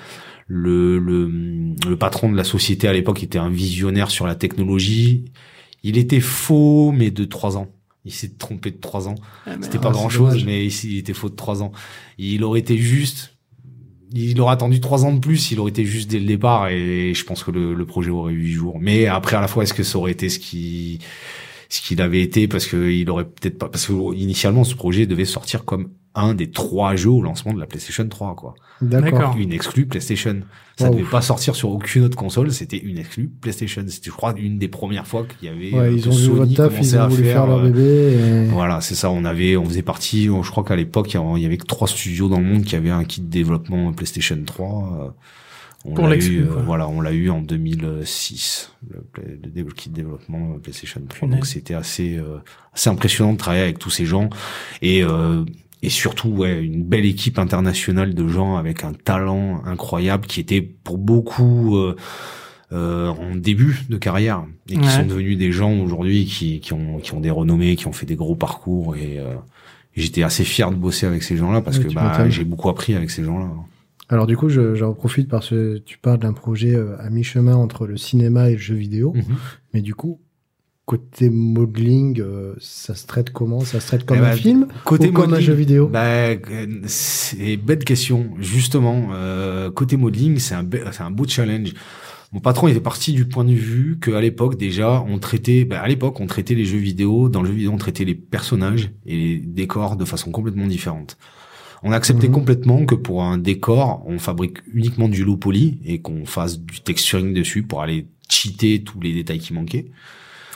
le patron de la société à l'époque était un visionnaire sur la technologie. Il était faux, mais de 3 ans. Il s'est trompé de 3 ans. C'était pas grand chose, mais il était faux de 3 ans. Il aurait attendu 3 ans de plus, il aurait été juste dès le départ, et je pense que le projet aurait eu 8 jours. Mais après, à la fois, est-ce que ça aurait été ce qu'il avait été, parce que il aurait peut-être pas, parce que initialement, ce projet devait sortir comme un des 3 jeux au lancement de la PlayStation 3, quoi. D'accord. Une exclue PlayStation. Ça devait pas sortir sur aucune autre console, c'était une exclue PlayStation. C'était, je crois, une des premières fois qu'il y avait, ils ont vu votre taf, ils ont voulu faire leur bébé, Voilà, c'est ça, on faisait partie, je crois qu'à l'époque, il y avait que 3 studios dans le monde qui avaient un kit de développement PlayStation 3, pour l'exclu, on l'a eu en 2006, le kit de développement PlayStation 3. Donc c'était assez impressionnant de travailler avec tous ces gens, et surtout, une belle équipe internationale de gens avec un talent incroyable, qui était pour beaucoup en début de carrière, et qui sont devenus des gens aujourd'hui qui ont des renommées, qui ont fait des gros parcours, et j'étais assez fier de bosser avec ces gens-là, parce que j'ai beaucoup appris avec ces gens-là. Alors du coup, j'en profite parce que tu parles d'un projet à mi-chemin entre le cinéma et le jeu vidéo, mais du coup, côté modeling, ça se traite comment? Ça se traite comme un film ou comme un jeu vidéo? C'est bête question. Justement, côté modeling, c'est un beau challenge. Mon patron était parti du point de vue qu'à l'époque, déjà, on traitait les jeux vidéo. Dans le jeu vidéo, on traitait les personnages et les décors de façon complètement différente. On a accepté complètement que pour un décor, on fabrique uniquement du low poly et qu'on fasse du texturing dessus pour aller cheater tous les détails qui manquaient.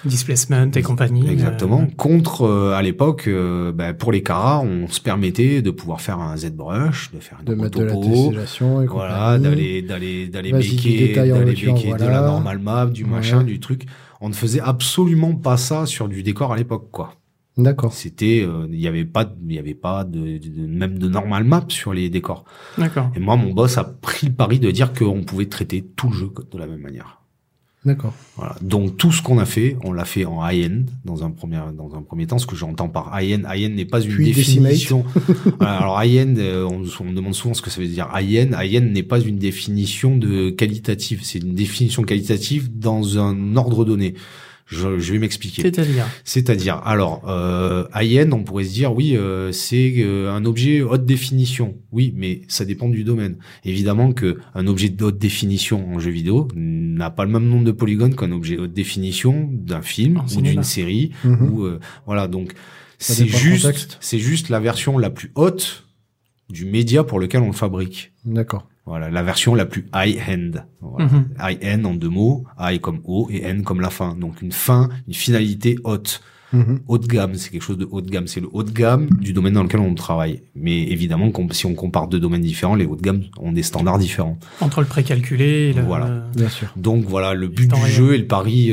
Displacement et compagnie. Exactement. Contre, à l'époque, pour les caras, on se permettait de pouvoir faire un ZBrush, de faire une mettre de la topo, tessellation et voilà, d'aller baker de la normal map, du machin, du truc. On ne faisait absolument pas ça sur du décor à l'époque, quoi. D'accord. C'était, il y avait pas même de normal map sur les décors. D'accord. Et moi, mon boss a pris le pari de dire qu'on pouvait traiter tout le jeu de la même manière. D'accord. Voilà. Donc tout ce qu'on a fait, on l'a fait en high-end dans un premier temps. Ce que j'entends par high-end n'est pas une définition. Voilà, alors high-end, on me demande souvent ce que ça veut dire high-end. High-end n'est pas une définition de qualitative. C'est une définition qualitative dans un ordre donné. Je vais m'expliquer. C'est-à-dire, alors, high-end, on pourrait se dire, oui, c'est un objet haute définition. Oui, mais ça dépend du domaine. Évidemment que un objet de haute définition en jeu vidéo n'a pas le même nombre de polygones qu'un objet haute définition d'un film ou d'une série. Ou voilà, donc c'est juste la version la plus haute du média pour lequel on le fabrique. D'accord. Voilà, la version la plus high-end. Voilà. High-end en 2 mots, high comme haut et end comme la fin. Donc une finalité haute. Haut de gamme, c'est quelque chose de haut de gamme. C'est le haut de gamme du domaine dans lequel on travaille. Mais évidemment, si on compare 2 domaines différents, les hauts de gamme ont des standards différents. Entre le précalculé et voilà. Bien sûr. Donc voilà, le but du jeu et le pari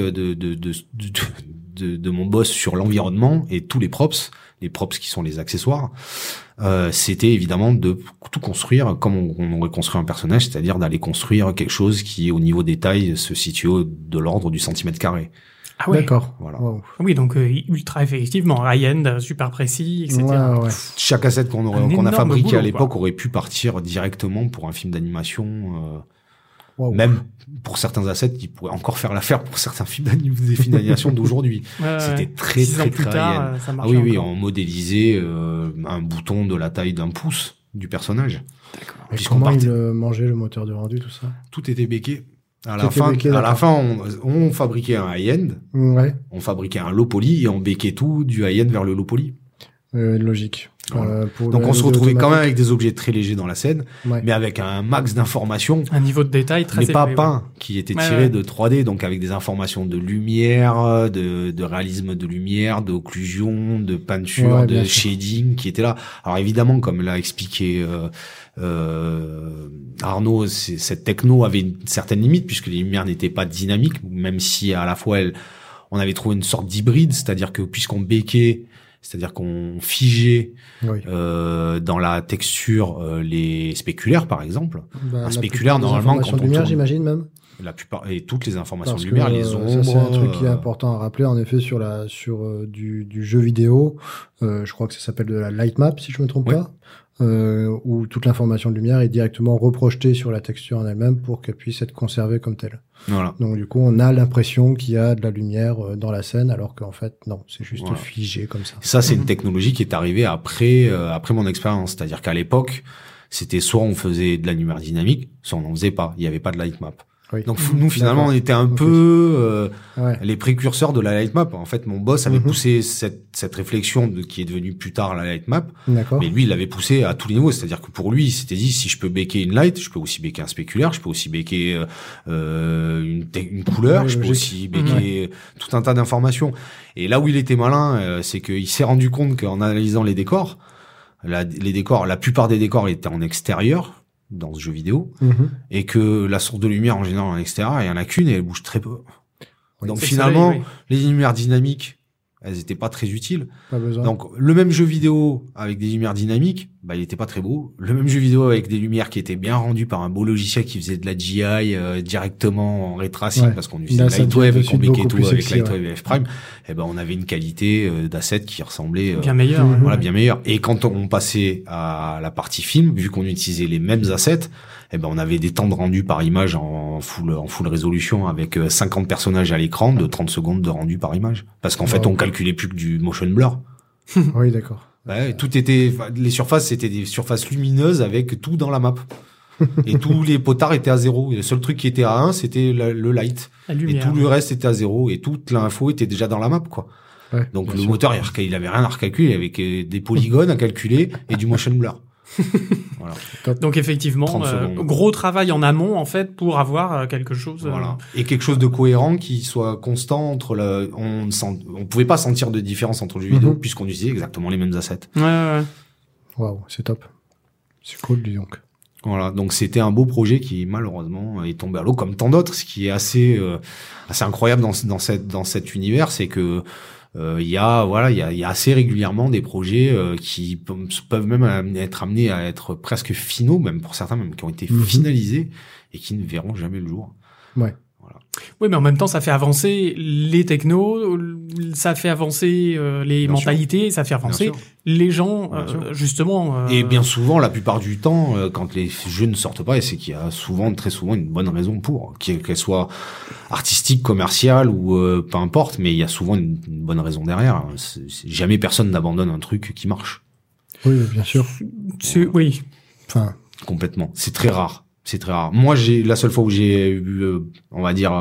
de mon boss sur l'environnement et tous les props qui sont les accessoires, c'était évidemment de tout construire comme on aurait construit un personnage, c'est-à-dire d'aller construire quelque chose qui, au niveau détail, se situe de l'ordre du centimètre carré. Ah ouais. D'accord. Voilà. Wow. Oui, donc ultra effectivement, high-end, super précis, etc. Ouais. Chaque asset qu'on a fabriqué à l'époque aurait pu partir directement pour un film d'animation. Même pour certains assets qui pourraient encore faire l'affaire pour certains films d'animation d'aujourd'hui. C'était très tard, oui, on modélisait un bouton de la taille d'1 pouce du personnage. D'accord. Et comment il mangeait le moteur de rendu, tout ça? Tout était béqué. À la fin, on fabriquait un high-end, on fabriquait un low poly et on béquait tout du high-end vers le low poly. Logique. Voilà. Donc on se retrouvait quand même avec des objets très légers dans la scène, mais avec un max d'informations. Un niveau de détail très élevé. Mais pas peint, qui était tiré de 3D, donc avec des informations de lumière, de réalisme de lumière, d'occlusion, de peinture, de shading qui était là. Alors évidemment, comme l'a expliqué Arnaud, cette techno avait une certaine limite puisque les lumières n'étaient pas dynamiques, même si à la fois on avait trouvé une sorte d'hybride, c'est-à-dire que puisqu'on béquait, c'est-à-dire qu'on figeait dans la texture les spéculaires, par exemple. Un spéculaire, normalement, quand on lumière, j'imagine même. La plupart et toutes les informations de lumière, les ombres. Ça, c'est un truc qui est important à rappeler. En effet, sur du jeu vidéo, je crois que ça s'appelle de la light map, si je me trompe pas. Où toute l'information de lumière est directement reprojetée sur la texture en elle-même pour qu'elle puisse être conservée comme telle. Voilà. Donc du coup, on a l'impression qu'il y a de la lumière dans la scène, alors qu'en fait, non, c'est juste figé comme ça. Ça, c'est une technologie qui est arrivée après mon expérience. C'est-à-dire qu'à l'époque, c'était soit on faisait de la lumière dynamique, soit on n'en faisait pas. Il n'y avait pas de light map. Oui. Donc nous finalement on était un peu les précurseurs de la light map. En fait mon boss avait poussé cette réflexion qui est devenue plus tard la light map. D'accord. Mais lui il l'avait poussé à tous les niveaux, c'est-à-dire que pour lui il s'était dit si je peux béquer une light, je peux aussi béquer un spéculaire, je peux aussi béquer une couleur, je peux aussi béquer tout un tas d'informations. Et là où il était malin, c'est qu'il s'est rendu compte qu'en analysant les décors, la plupart des décors étaient en extérieur dans ce jeu vidéo, et que la source de lumière en général en extérieur, il y en a qu'une et elle bouge très peu. Oui, donc finalement, les lumières dynamiques, elles étaient pas très utiles. Pas besoin. Donc le même jeu vidéo avec des lumières dynamiques, il était pas très beau. Le même jeu vidéo avec des lumières qui étaient bien rendues par un beau logiciel qui faisait de la GI directement en ray tracing parce qu'on utilisait Lightwave et qu'on béquait tout avec Lightwave et F-Prime, on avait une qualité d'asset qui ressemblait bien meilleure. Bien meilleure. Et quand on passait à la partie film, vu qu'on utilisait les mêmes assets, on avait des temps de rendu par image en full résolution avec 50 personnages à l'écran de 30 secondes de rendu par image. Parce qu'en fait, on calculait plus que du motion blur. Oui, d'accord. Tout était, les surfaces, c'était des surfaces lumineuses avec tout dans la map. Et tous les potards étaient à 0. Et le seul truc qui était à 1, c'était le light. Et tout le reste était à 0. Et toute l'info était déjà dans la map, quoi. Ouais, donc le moteur, il avait rien à recalculer, avec des polygones à calculer et du motion blur. Voilà. Donc effectivement, gros travail en amont en fait pour avoir quelque chose. Voilà. Et quelque chose de cohérent qui soit constant entre on pouvait pas sentir de différence entre le jeu vidéo puisqu'on utilisait exactement les mêmes assets. Ouais. Waouh, c'est top. C'est cool, dis donc. Voilà, donc c'était un beau projet qui malheureusement est tombé à l'eau comme tant d'autres. Ce qui est assez incroyable dans cet univers, c'est que il y a assez régulièrement des projets qui peuvent même être amenés à être presque finaux, même pour certains même qui ont été finalisés et qui ne verront jamais le jour. Ouais. Voilà. Oui, mais en même temps, ça fait avancer les technos, ça fait avancer les Bien mentalités, sûr. ça fait avancer les gens, justement. Et bien souvent, la plupart du temps, quand les jeux ne sortent pas, et c'est qu'il y a très souvent une bonne raison pour, qu'elle soit artistique, commerciale ou peu importe, mais il y a souvent une bonne raison derrière. Jamais personne n'abandonne un truc qui marche. Oui, bien sûr. Oui. Enfin, complètement. C'est très rare. C'est très rare. Moi, la seule fois où j'ai eu, on va dire,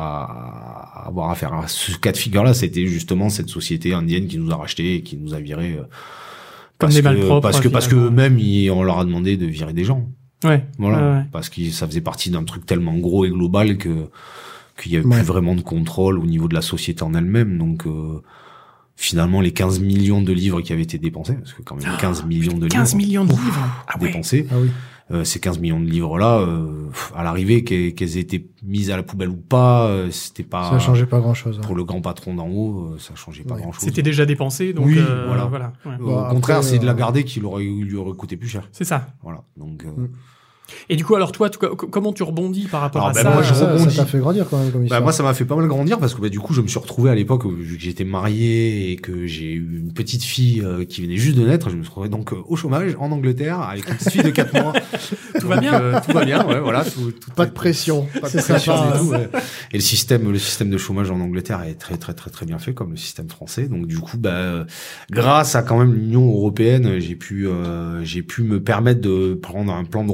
à avoir affaire à ce cas de figure-là, c'était justement cette société indienne qui nous a racheté et qui nous a viré parce que eux-mêmes, on leur a demandé de virer des gens. Ouais. Voilà. Ouais. Parce que ça faisait partie d'un truc tellement gros et global qu'il y avait plus vraiment de contrôle au niveau de la société en elle-même. Donc, finalement, les 15 millions de livres qui avaient été dépensés, parce que quand même 15 millions de 15 millions de livres dépensés. Ah oui. Ces 15 millions de livres-là, à l'arrivée, qu'elles aient été mises à la poubelle ou pas, c'était pas... Ça changeait pas grand-chose. Pour le grand patron d'en haut, ça changeait pas grand-chose. C'était déjà dépensé, donc oui, voilà. Ouais. Au contraire, c'est de la garder qui lui aurait coûté plus cher. C'est ça. Voilà, donc... Et du coup, alors toi, comment tu rebondis par rapport à ça? Moi, je rebondis. Ça t'a fait grandir quand même comme histoire. Moi, ça m'a fait pas mal grandir parce que du coup, je me suis retrouvé à l'époque, vu que j'étais marié et que j'ai eu une petite fille qui venait juste de naître, je me suis retrouvé donc au chômage en Angleterre avec une petite fille de 4 mois. Tout va bien. Tout va bien, ouais, voilà. Pas de pression. Pas de pression du tout. Ouais. Et le système de chômage en Angleterre est très très très très bien fait comme le système français. Donc du coup, grâce à quand même l'Union européenne, j'ai pu me permettre de prendre un plan de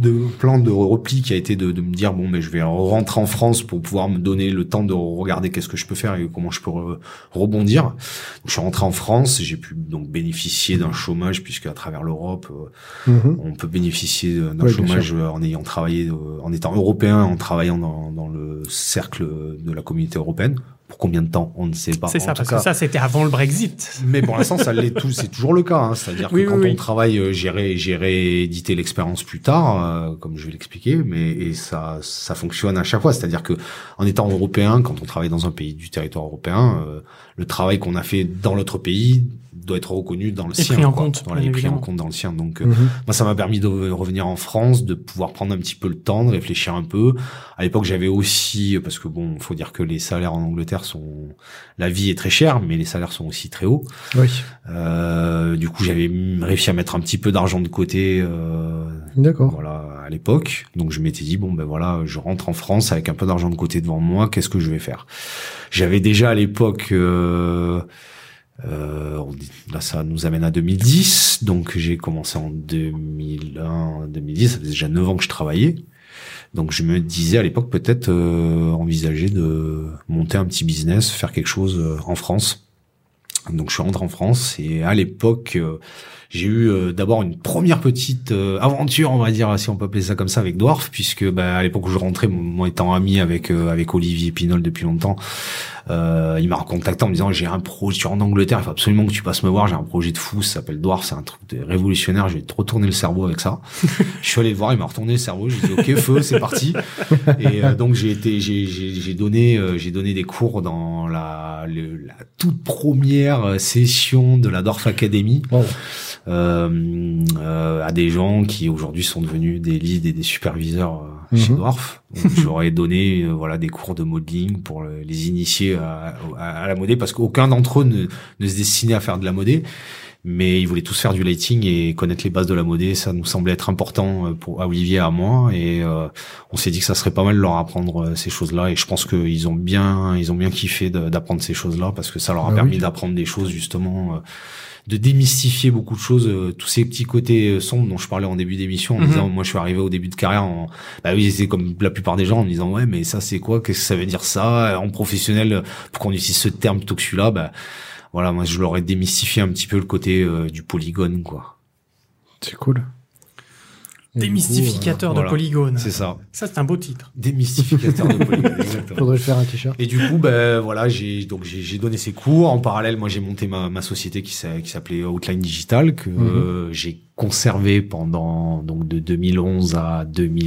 repli qui a été de me dire je vais rentrer en France pour pouvoir me donner le temps de regarder qu'est-ce que je peux faire et comment je peux rebondir. Donc, je suis rentré en France, j'ai pu donc bénéficier d'un chômage puisque à travers l'Europe on peut bénéficier d'un chômage en ayant travaillé en étant européen, en travaillant dans le cercle de la communauté européenne. Pour combien de temps, on ne sait pas. C'est ça, parce que ça, c'était avant le Brexit. Mais pour l'instant, ça l'est tout. C'est toujours le cas. Hein. C'est-à-dire que quand on travaille, j'ai réédité l'expérience plus tard, comme je vais l'expliquer, et ça fonctionne à chaque fois. C'est-à-dire que en étant européen, quand on travaille dans un pays du territoire européen, le travail qu'on a fait dans l'autre pays doit être reconnu dans le sien. Pris en compte. Voilà, et pris en compte dans le sien. Donc, moi, ça m'a permis de revenir en France, de pouvoir prendre un petit peu le temps, de réfléchir un peu. À l'époque, j'avais aussi, parce que faut dire que les salaires en Angleterre la vie est très chère, mais les salaires sont aussi très hauts. Oui. Du coup, j'avais réussi à mettre un petit peu d'argent de côté. D'accord. Voilà, à l'époque. Donc, je m'étais dit, voilà, je rentre en France avec un peu d'argent de côté devant moi. Qu'est-ce que je vais faire? J'avais déjà à l'époque, là, ça nous amène à 2010. Donc, j'ai commencé en 2010. Ça faisait déjà 9 ans que je travaillais. Donc, je me disais à l'époque peut-être envisager de monter un petit business, faire quelque chose en France. Donc, je suis rentré en France et à l'époque, j'ai eu d'abord une première petite aventure, on va dire, si on peut appeler ça comme ça, avec Dwarf, puisque à l'époque où je rentrais, moi étant ami avec Olivier Pinol depuis longtemps, il m'a recontacté en me disant j'ai un projet, je suis en Angleterre, il faut absolument que tu passes me voir, j'ai un projet de fou, ça s'appelle Dwarf, c'est un truc révolutionnaire, je vais te retourner le cerveau avec ça. Je suis allé le voir, il m'a retourné le cerveau, j'ai dit ok, feu, c'est parti. Et donc j'ai donné des cours dans la toute première session de la Dwarf Academy. Wow. À des gens qui aujourd'hui sont devenus des leads et des superviseurs chez Dwarf. Donc, j'aurais donné des cours de modeling pour les initier à la modé, parce qu'aucun d'entre eux ne se destinait à faire de la modé, mais ils voulaient tous faire du lighting et connaître les bases de la modé. Ça nous semblait être important pour Olivier et à moi, et on s'est dit que ça serait pas mal de leur apprendre ces choses-là, et je pense qu'ils ont bien kiffé d'apprendre ces choses-là, parce que ça leur a permis d'apprendre des choses justement, de démystifier beaucoup de choses, tous ces petits côtés sombres dont je parlais en début d'émission, en disant, moi je suis arrivé au début de carrière c'est comme la plupart des gens, en me disant ouais, mais ça c'est quoi, qu'est-ce que ça veut dire ça en professionnel, pourquoi on utilise ce terme plutôt que celui-là. Voilà, moi je leur ai démystifié un petit peu le côté du polygone, quoi. C'est cool. Démystificateur de polygone. C'est ça. Ça, c'est un beau titre. Démystificateur de polygone, exactement. Faudrait faire un t-shirt. Et du coup, voilà, j'ai donné ces cours. En parallèle, moi, j'ai monté ma société qui s'appelait Outline Digital, que j'ai conservé pendant, donc, de 2011 à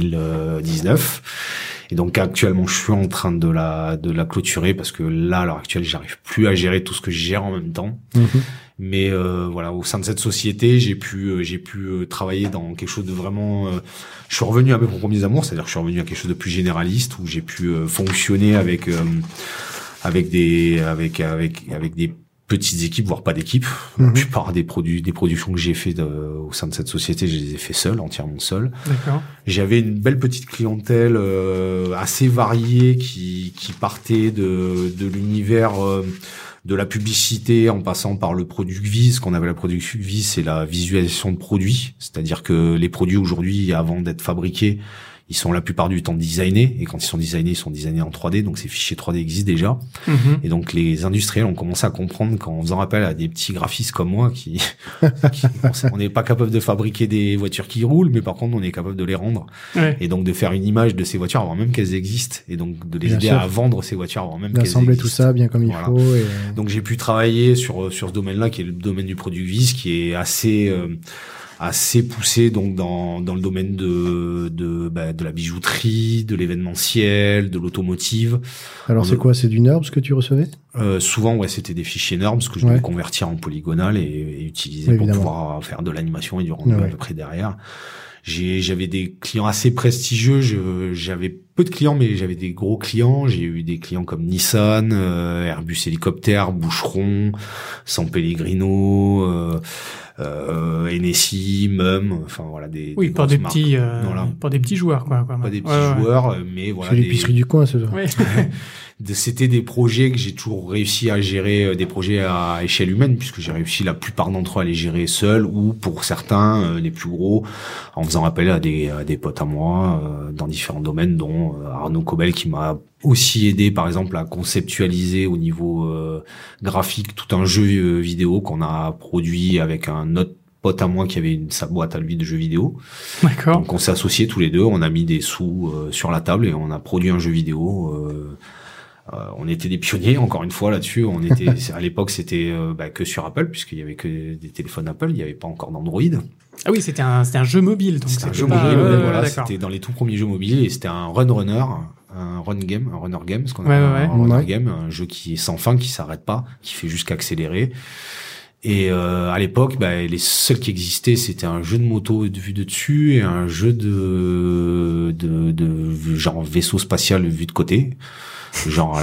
2019. Et donc, actuellement, je suis en train de la clôturer parce que là, à l'heure actuelle, j'arrive plus à gérer tout ce que je gère en même temps. Mais voilà, au sein de cette société, j'ai pu travailler dans quelque chose de vraiment. Je suis revenu à mes premiers amours, c'est-à-dire que je suis revenu à quelque chose de plus généraliste où j'ai pu fonctionner avec des petites équipes, voire pas d'équipes. La plupart des productions que j'ai fait au sein de cette société, je les ai fait entièrement seul. D'accord. J'avais une belle petite clientèle assez variée qui partait de l'univers de la publicité en passant par le product vis. Qu'on avait la product vis, c'est la visualisation de produits, c'est-à-dire que les produits aujourd'hui, avant d'être fabriqués, ils sont la plupart du temps designés, et quand ils sont designés en 3D, donc ces fichiers 3D existent déjà. Et donc les industriels ont commencé à comprendre qu'en faisant appel à des petits graphistes comme moi, on n'est pas capable de fabriquer des voitures qui roulent, mais par contre on est capable de les rendre, et donc de faire une image de ces voitures avant même qu'elles existent, et donc de les aider à vendre ces voitures avant même qu'elles existent. D'assembler tout ça bien comme il faut. Et... Donc j'ai pu travailler sur ce domaine-là, qui est le domaine du product vis, qui est assez poussé donc dans le domaine de la bijouterie, de l'événementiel, de l'automotive. Alors c'est quoi, c'est du NURBS que tu recevais? Souvent c'était des fichiers NURBS que je devais convertir en polygonal et utiliser pour pouvoir faire de l'animation et du rendu à peu près derrière. J'avais des clients assez prestigieux, j'avais peu de clients mais j'avais des gros clients, j'ai eu des clients comme Nissan, Airbus Hélicoptère, Boucheron, San Pellegrino, NSI, MUM, enfin voilà des pas des petits pas des petits joueurs quoi. Pas des petits joueurs, mais voilà. C'est l'épicerie du coin, c'est ça. C'était des projets que j'ai toujours réussi à gérer, des projets à échelle humaine, puisque j'ai réussi la plupart d'entre eux à les gérer seul, ou pour certains, les plus gros, en faisant appel à des potes à moi, dans différents domaines, dont Arnaud Cobel, qui m'a aussi aidé, par exemple, à conceptualiser au niveau graphique tout un jeu vidéo qu'on a produit avec un autre pote à moi qui avait sa boîte à lui de jeux vidéo. D'accord. Donc on s'est associés tous les deux, on a mis des sous sur la table et on a produit un jeu vidéo. On était des pionniers, encore une fois, là-dessus. À l'époque, c'était que sur Apple, puisqu'il y avait que des téléphones Apple, il n'y avait pas encore d'Android. Ah oui, c'était un jeu mobile. Donc c'était un jeu mobile, voilà. C'était dans les tout premiers jeux mobiles et c'était un runner game, ce qu'on appelle un runner game, un jeu qui est sans fin, qui s'arrête pas, qui fait juste qu'accélérer. Et à l'époque, les seuls qui existaient, c'était un jeu de moto vu de dessus et un jeu de genre vaisseau spatial vu de côté. Genre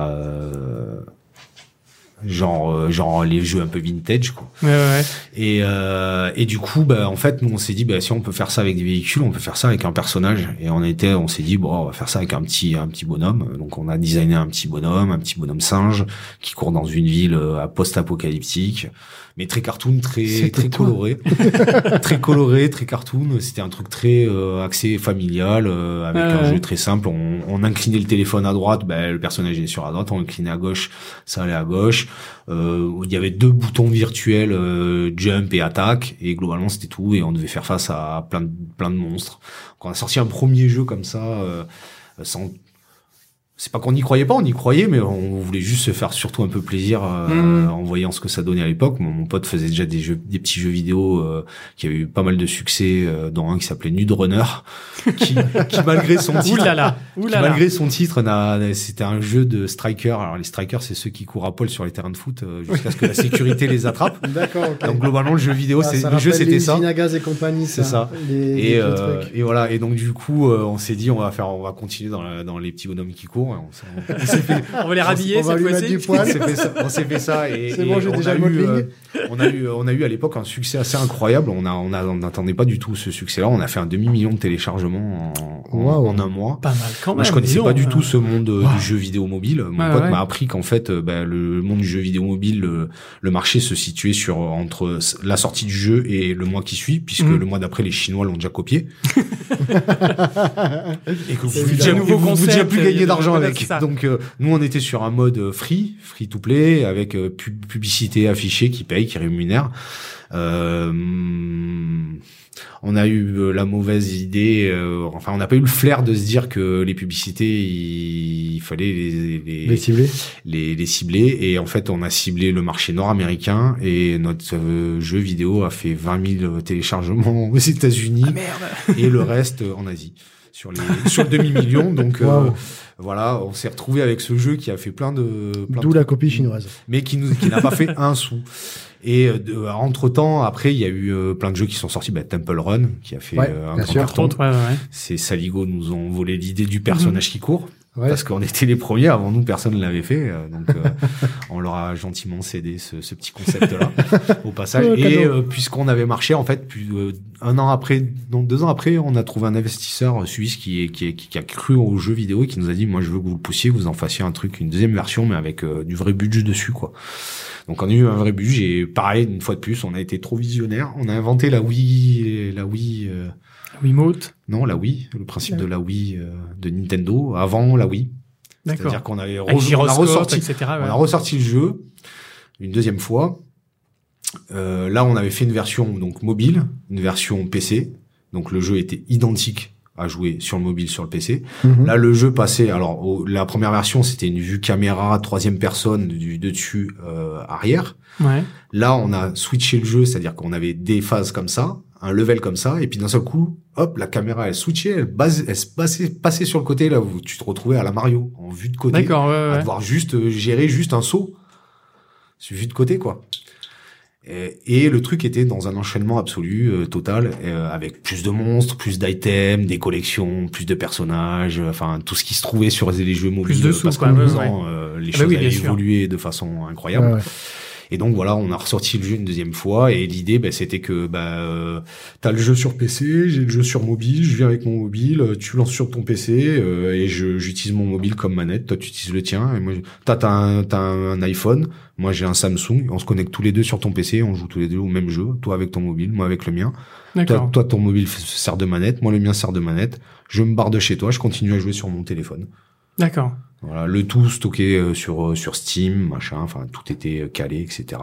genre les jeux un peu vintage quoi. Et du coup en fait nous on s'est dit si on peut faire ça avec des véhicules, on peut faire ça avec un personnage, et on s'est dit on va faire ça avec un petit bonhomme. Donc on a designé un petit bonhomme singe qui court dans une ville post-apocalyptique, mais très cartoon, très coloré. Très coloré, très cartoon. C'était un truc très axé familial, avec un jeu très simple. On inclinait le téléphone à droite, le personnage est sur la droite, on inclinait à gauche, ça allait à gauche. Il y avait 2 boutons virtuels, jump et attaque, et globalement c'était tout, et on devait faire face à plein de monstres. Donc on a sorti un premier jeu comme ça, c'est pas qu'on n'y croyait pas, on y croyait, mais on voulait juste se faire surtout un peu plaisir en voyant ce que ça donnait à l'époque. Mon pote faisait déjà des petits jeux vidéo qui avaient eu pas mal de succès, dont un qui s'appelait Nude Runner, qui malgré son titre, malgré son titre, c'était un jeu de striker. Alors les strikers, c'est ceux qui courent à poil sur les terrains de foot jusqu'à ce que la sécurité les attrape. D'accord. Okay. Donc globalement le jeu vidéo, le jeu c'était ça. Zinagaz et compagnie, c'est ça. Et voilà. Et donc du coup, on s'est dit on va continuer dans les petits bonhommes qui courent. On va les rhabiller cette fois-ci. On s'est fait ça et c'est bon, j'ai déjà le modeling. On a eu à l'époque un succès assez incroyable. On n'attendait pas du tout ce succès-là. On a fait un demi-million de téléchargements en un mois. Pas mal quand même. Moi, je connaissais pas du tout ce monde du jeu vidéo mobile. Mon pote m'a appris qu'en fait, le monde du jeu vidéo mobile, le marché se situait entre la sortie du jeu et le mois qui suit, puisque le mois d'après, les Chinois l'ont déjà copié. Et que vous ne devez plus gagner d'argent avec. Donc nous on était sur un mode free to play avec publicité affichée qui paye, qui rémunère. On a eu la mauvaise idée, on n'a pas eu le flair de se dire que les publicités, il fallait les cibler. Les cibler, et en fait on a ciblé le marché nord-américain, et notre jeu vidéo a fait 20 000 téléchargements aux États-Unis. Ah merde. Et le reste en Asie sur le demi-million. Donc wow. Voilà, on s'est retrouvé avec ce jeu qui a fait plein d'où la copie chinoise, mais qui n'a pas fait un sou. Et entre-temps, après, il y a eu plein de jeux qui sont sortis. Temple Run, qui a fait un grand carton. C'est Saligo nous ont volé l'idée du personnage qui court. Ouais. Parce qu'on était les premiers, avant nous, personne ne l'avait fait. Donc, on leur a gentiment cédé ce petit concept-là, au passage. Et puisqu'on avait marché, en fait, puis, 2 ans après, on a trouvé un investisseur suisse qui a cru aux jeux vidéo et qui nous a dit, moi, je veux que vous le poussiez, que vous en fassiez un truc, une deuxième version, mais avec du vrai budget dessus, quoi. Donc, on a eu un vrai budget. Et pareil, une fois de plus, on a été trop visionnaire. On a inventé la Wii, Wiimote. Non, la Wii, le principe de la Wii de Nintendo avant la Wii. D'accord. C'est-à-dire qu'on avait ressorti, etc., ouais. On a ressorti le jeu une deuxième fois. Là, on avait fait une version donc mobile, une version PC. Donc le jeu était identique à jouer sur le mobile, sur le PC. Mm-hmm. Là, le jeu passait. Alors, la première version, c'était une vue caméra 3e personne du dessus arrière. Ouais. Là, on a switché le jeu, c'est-à-dire qu'on avait des phases comme ça, un level comme ça, et puis d'un seul coup, hop, la caméra elle switchait, elle se passait sur le côté là où tu te retrouvais à la Mario, en vue de côté. D'accord, ouais. À devoir juste gérer juste un saut, vue de côté quoi. Et le truc était dans un enchaînement absolu, total, avec plus de monstres, plus d'items, des collections, plus de personnages, enfin tout ce qui se trouvait sur les jeux mobiles. Plus de sous, parce qu'en faisant, les choses avaient évolué de façon incroyable. Ouais. Et donc voilà, on a ressorti le jeu une deuxième fois, et l'idée c'était que t'as le jeu sur PC, j'ai le jeu sur mobile, je viens avec mon mobile, tu lances sur ton PC et j'utilise mon mobile comme manette, toi tu utilises le tien, et moi t'as un iPhone, moi j'ai un Samsung, on se connecte tous les deux sur ton PC, on joue tous les deux au même jeu, toi avec ton mobile, moi avec le mien. D'accord. Toi ton mobile sert de manette, moi le mien sert de manette, je me barre de chez toi, je continue à jouer sur mon téléphone. D'accord. Voilà, le tout stocké sur Steam, machin, enfin tout était calé, etc.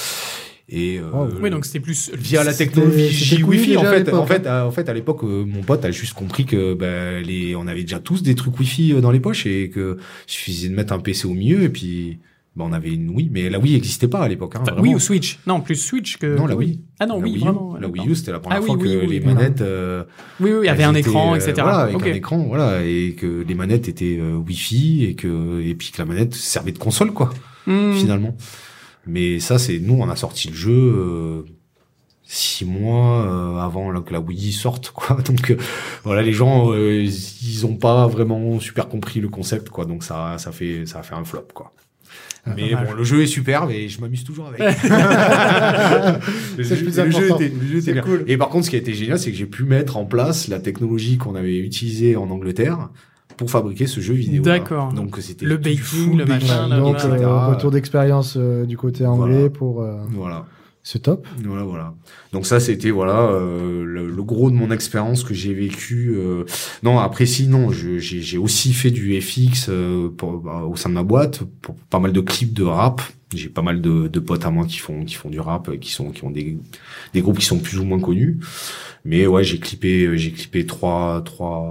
Et oui, donc c'était plus via la technologie Wi-Fi. En fait, à l'époque, mon pote a juste compris que on avait déjà tous des trucs Wi-Fi dans les poches, et que suffisait de mettre un PC au milieu, et puis on avait une Wii, mais la Wii n'existait pas à l'époque. Hein, Wii ou Switch? Non, plus Switch que. Non, la Wii. Ah non, oui, vraiment. La Wii U, c'était la première fois que les manettes. Oui, il y avait un écran, etc. Voilà, avec un écran, voilà, et que les manettes étaient Wi-Fi, et puis que la manette servait de console, quoi, finalement. Mais ça, nous, on a sorti le jeu 6 mois avant que la Wii sorte, quoi. Donc voilà, les gens, ils ont pas vraiment super compris le concept, quoi. Donc ça a fait un flop, quoi. Mais bon, le jeu est superbe et je m'amuse toujours avec. le jeu était bien. Cool. Et par contre, ce qui a été génial, c'est que j'ai pu mettre en place la technologie qu'on avait utilisée en Angleterre pour fabriquer ce jeu vidéo. D'accord. Donc c'était le baking, le machin. Donc retour d'expérience du côté anglais pour. Voilà. C'est top. Voilà. Donc ça, c'était le gros de mon expérience que j'ai vécu. Non, après sinon, j'ai aussi fait du FX au sein de ma boîte pour pas mal de clips de rap. J'ai pas mal de potes à moi qui font du rap, qui ont des groupes qui sont plus ou moins connus. Mais ouais, j'ai clippé trois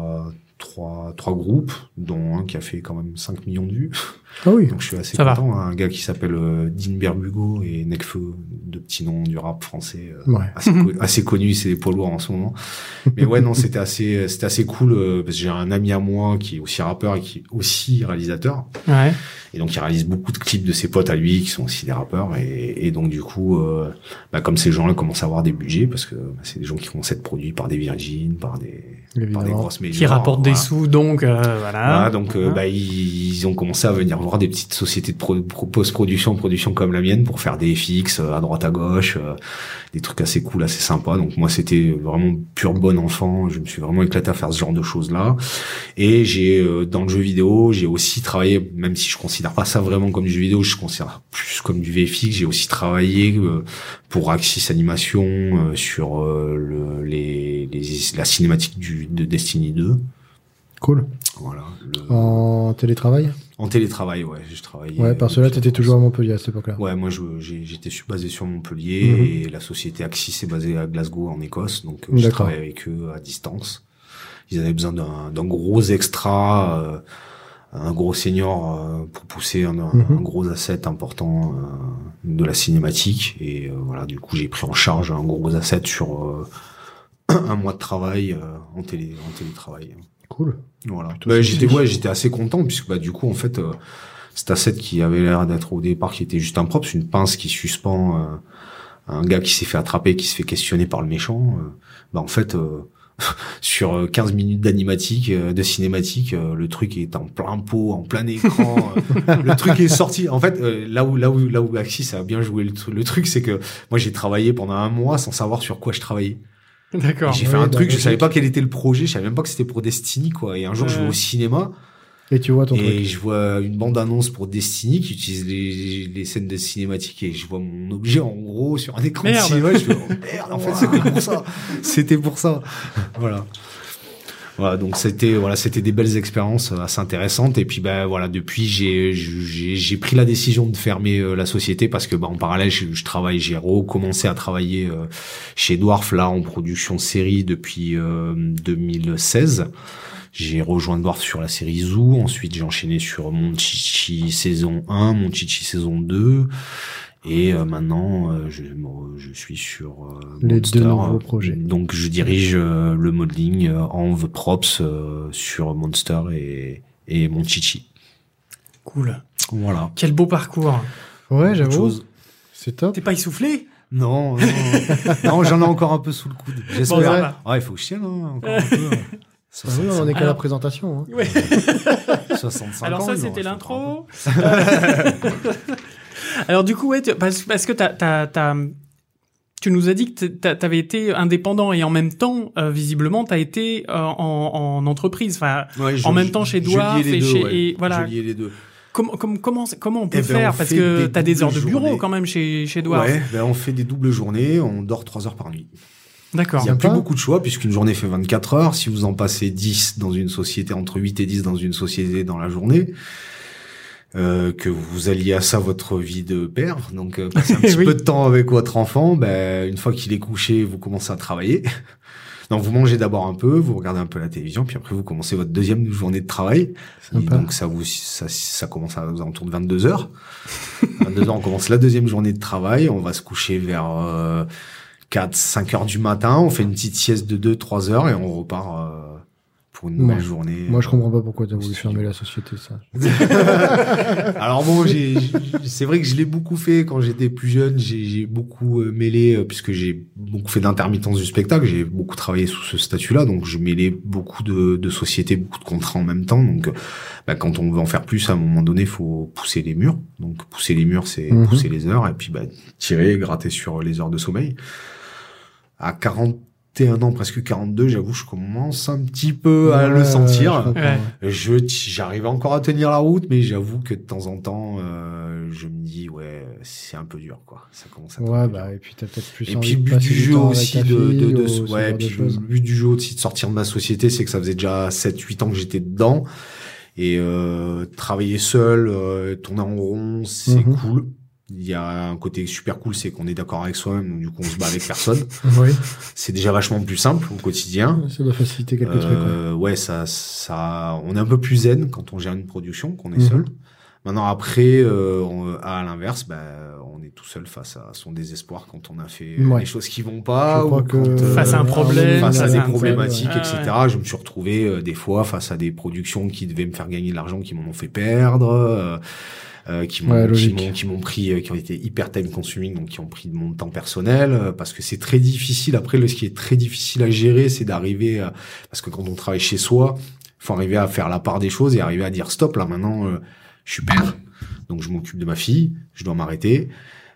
groupes, dont un qui a fait quand même 5 millions de vues. Ah oui. Donc je suis assez content. Un gars qui s'appelle Dean Berbugo et Nekfeu, deux petits noms du rap français assez connus, c'est des poids lourds en ce moment. Mais ouais, non, c'était assez cool parce que j'ai un ami à moi qui est aussi rappeur et qui est aussi réalisateur. Ouais. Et donc il réalise beaucoup de clips de ses potes à lui qui sont aussi des rappeurs, et donc du coup comme ces gens-là commencent à avoir des budgets, parce que c'est des gens qui commencent à être produits par des Virgin, par des grosses majors, qui rapportent des sous, donc voilà. Donc ils ont commencé à venir voir des petites sociétés de post-production comme la mienne pour faire des FX à droite à gauche, des trucs assez cool, assez sympas. Donc moi c'était vraiment pur bon enfant, je me suis vraiment éclaté à faire ce genre de choses là. Et j'ai dans le jeu vidéo, j'ai aussi travaillé, même si je considère pas ça vraiment comme du jeu vidéo, je considère plus comme du VFX. J'ai aussi travaillé pour Axis Animation sur la cinématique de Destiny 2. Cool. Voilà. En télétravail? En télétravail, ouais. Je travaillais. Ouais, parce que là, t'étais toujours à Montpellier à cette époque-là. Ouais, moi, j'étais basé sur Montpellier et la société Axis est basée à Glasgow, en Écosse. Donc, je travaillais avec eux à distance. Ils avaient besoin d'un gros extra, un gros senior pour pousser un gros asset important de la cinématique. Et voilà, du coup, j'ai pris en charge un gros asset sur un mois de travail en télétravail. Cool. Voilà. J'étais assez content puisque du coup en fait cet asset qui avait l'air d'être au départ qui était juste un prop, c'est une pince qui suspend un gars qui s'est fait attraper, qui se fait questionner par le méchant. En fait sur 15 minutes d'animatique, de cinématique, le truc est en plein pot, en plein écran. Le truc est sorti. En fait, là où Axis a bien joué le truc, c'est que moi j'ai travaillé pendant un mois sans savoir sur quoi je travaillais. D'accord. J'ai fait un truc, je savais pas quel était le projet, je savais même pas que c'était pour Destiny, quoi. Et un jour, je vais au cinéma. Et tu vois ton truc. Et je vois une bande-annonce pour Destiny qui utilise les scènes de cinématique et je vois mon objet en gros sur un écran de cinéma. Je fais, oh merde, en fait, c'était pour ça. C'était pour ça. Voilà. Voilà, donc c'était des belles expériences assez intéressantes et puis voilà, depuis j'ai pris la décision de fermer la société parce que en parallèle j'ai recommencé à travailler chez Dwarf là en production série depuis 2016. J'ai rejoint Dwarf sur la série Zoo, ensuite j'ai enchaîné sur Monchichi saison 1, Monchichi saison 2. Et maintenant, je suis sur les Monster, 2 nouveaux projets. Donc, je dirige le modeling Env Props sur Monster et Monchichi. Cool. Voilà. Quel beau parcours. Ouais, j'avoue. C'est top. T'es pas essoufflé? Non, non, j'en ai encore un peu sous le coude. J'espère. Bon, il faut que je tienne encore un peu. Oui, on est qu'à la présentation. Hein. Ouais. 65 Alors ans, ça, c'était l'intro. Alors du coup, ouais, parce que tu nous as dit que t'avais été indépendant et en même temps, visiblement, t'as été en entreprise, enfin, en même temps chez Dwarf et voilà. Je liais les deux. Comment on peut faire parce que t'as des heures de bureau quand même chez Dwarf. Ouais, on fait des doubles journées, on dort 3 heures par nuit. D'accord. Il n'y a plus beaucoup de choix puisqu'une journée fait 24 heures. Si vous en passez 10 dans une société, entre 8 et 10 dans une société dans la journée, que vous alliez à ça votre vie de père, donc passer un petit peu de temps avec votre enfant, une fois qu'il est couché, vous commencez à travailler. Donc vous mangez d'abord un peu, vous regardez un peu la télévision, puis après vous commencez votre deuxième journée de travail. Et donc ça commence à aux alentours de 22h. 22h, on commence la deuxième journée de travail, on va se coucher vers 4-5 heures du matin, on fait une petite sieste de 2-3 heures et on repart pour une nouvelle journée. Moi, je comprends pas pourquoi tu as voulu fermer la société, ça. Alors bon, c'est vrai que je l'ai beaucoup fait quand j'étais plus jeune. J'ai beaucoup mêlé, puisque j'ai beaucoup fait d'intermittence du spectacle. J'ai beaucoup travaillé sous ce statut-là, donc je mêlais beaucoup de sociétés, beaucoup de contrats en même temps. Donc, quand on veut en faire plus, à un moment donné, faut pousser les murs. Donc, pousser les murs, c'est pousser les heures, et puis tirer, gratter sur les heures de sommeil. À 41 ans, presque 42, j'avoue, je commence un petit peu à le sentir. J'arrive encore à tenir la route, mais j'avoue que de temps en temps, je me dis, c'est un peu dur, quoi. Ça commence à et puis t'as peut-être plus et envie puis, de le but du jeu aussi le but du jeu aussi de sortir de ma société, c'est que ça faisait déjà 7-8 ans que j'étais dedans. Et, travailler seul, tourner en rond, c'est cool. Il y a un côté super cool, c'est qu'on est d'accord avec soi-même, donc du coup on se bat avec personne. Oui. C'est déjà vachement plus simple au quotidien. Ça doit faciliter quelques trucs. Ouais, ça, on est un peu plus zen quand on gère une production, qu'on est seul. Maintenant après, à l'inverse, on est tout seul face à son désespoir quand on a fait les choses qui vont pas, face à un problème, face à des problématiques, etc. Je me suis retrouvé des fois face à des productions qui devaient me faire gagner de l'argent, qui m'en ont fait perdre. Qui m'ont pris, qui ont été hyper time consuming, donc qui ont pris de mon temps personnel, parce que c'est très difficile. Après, ce qui est très difficile à gérer, c'est d'arriver parce que quand on travaille chez soi, faut arriver à faire la part des choses et arriver à dire stop, là, maintenant, je suis père. Donc, je m'occupe de ma fille, je dois m'arrêter.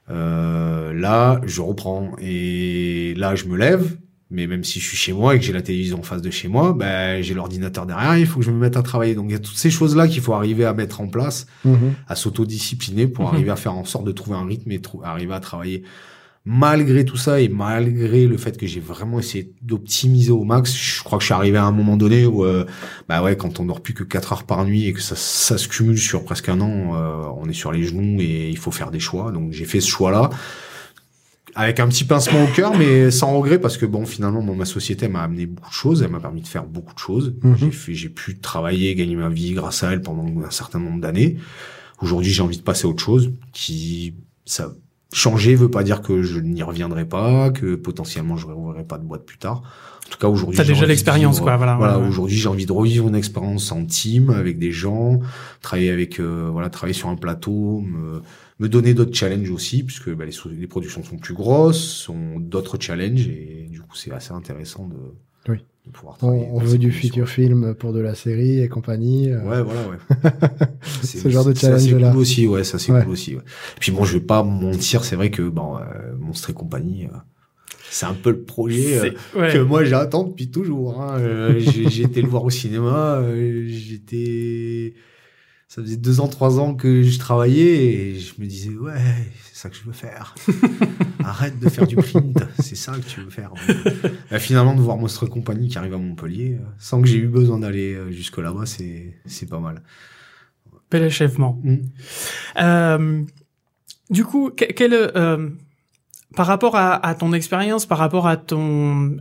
Là, je reprends et là, je me lève. Mais même si je suis chez moi et que j'ai la télévision en face de chez moi, j'ai l'ordinateur derrière, il faut que je me mette à travailler. Donc il y a toutes ces choses-là qu'il faut arriver à mettre en place, à s'autodiscipliner pour arriver à faire en sorte de trouver un rythme et arriver à travailler. malgré tout ça et malgré le fait que j'ai vraiment essayé d'optimiser au max, je crois que je suis arrivé à un moment donné où quand on dort plus que 4 heures par nuit et que ça se cumule sur presque un an, on est sur les genoux et il faut faire des choix. Donc j'ai fait ce choix-là avec un petit pincement au cœur, mais sans regret, parce que finalement, ma société m'a amené beaucoup de choses, elle m'a permis de faire beaucoup de choses. J'ai pu travailler, gagner ma vie grâce à elle pendant un certain nombre d'années. Aujourd'hui, j'ai envie de passer à autre chose. Changer veut pas dire que je n'y reviendrai pas, que potentiellement je ne rouvrirai pas de boîte plus tard. En tout cas, aujourd'hui, t'as déjà l'expérience, quoi. Voilà. Aujourd'hui, j'ai envie de revivre une expérience en team avec des gens, travailler sur un plateau, me donner d'autres challenges aussi, puisque les productions sont plus grosses, sont d'autres challenges, et du coup, c'est assez intéressant de pouvoir travailler. On veut du futur film pour de la série et compagnie. Ouais. Ce genre de challenge-là. Ça, c'est cool aussi, ça, c'est cool aussi, ouais. Et puis je vais pas mentir, c'est vrai que, Monstres et compagnie, c'est un peu le projet que moi j'attends depuis toujours. Hein. J'ai été le voir au cinéma. Ça faisait 2 ans, 3 ans que je travaillais et je me disais c'est ça que je veux faire. Arrête de faire du print, c'est ça que tu veux faire. Donc, finalement, de voir Monstres et compagnie qui arrive à Montpellier, sans que j'ai eu besoin d'aller jusque là-bas, c'est pas mal. Bel achèvement. Du coup, par rapport à ton expérience, par rapport à ton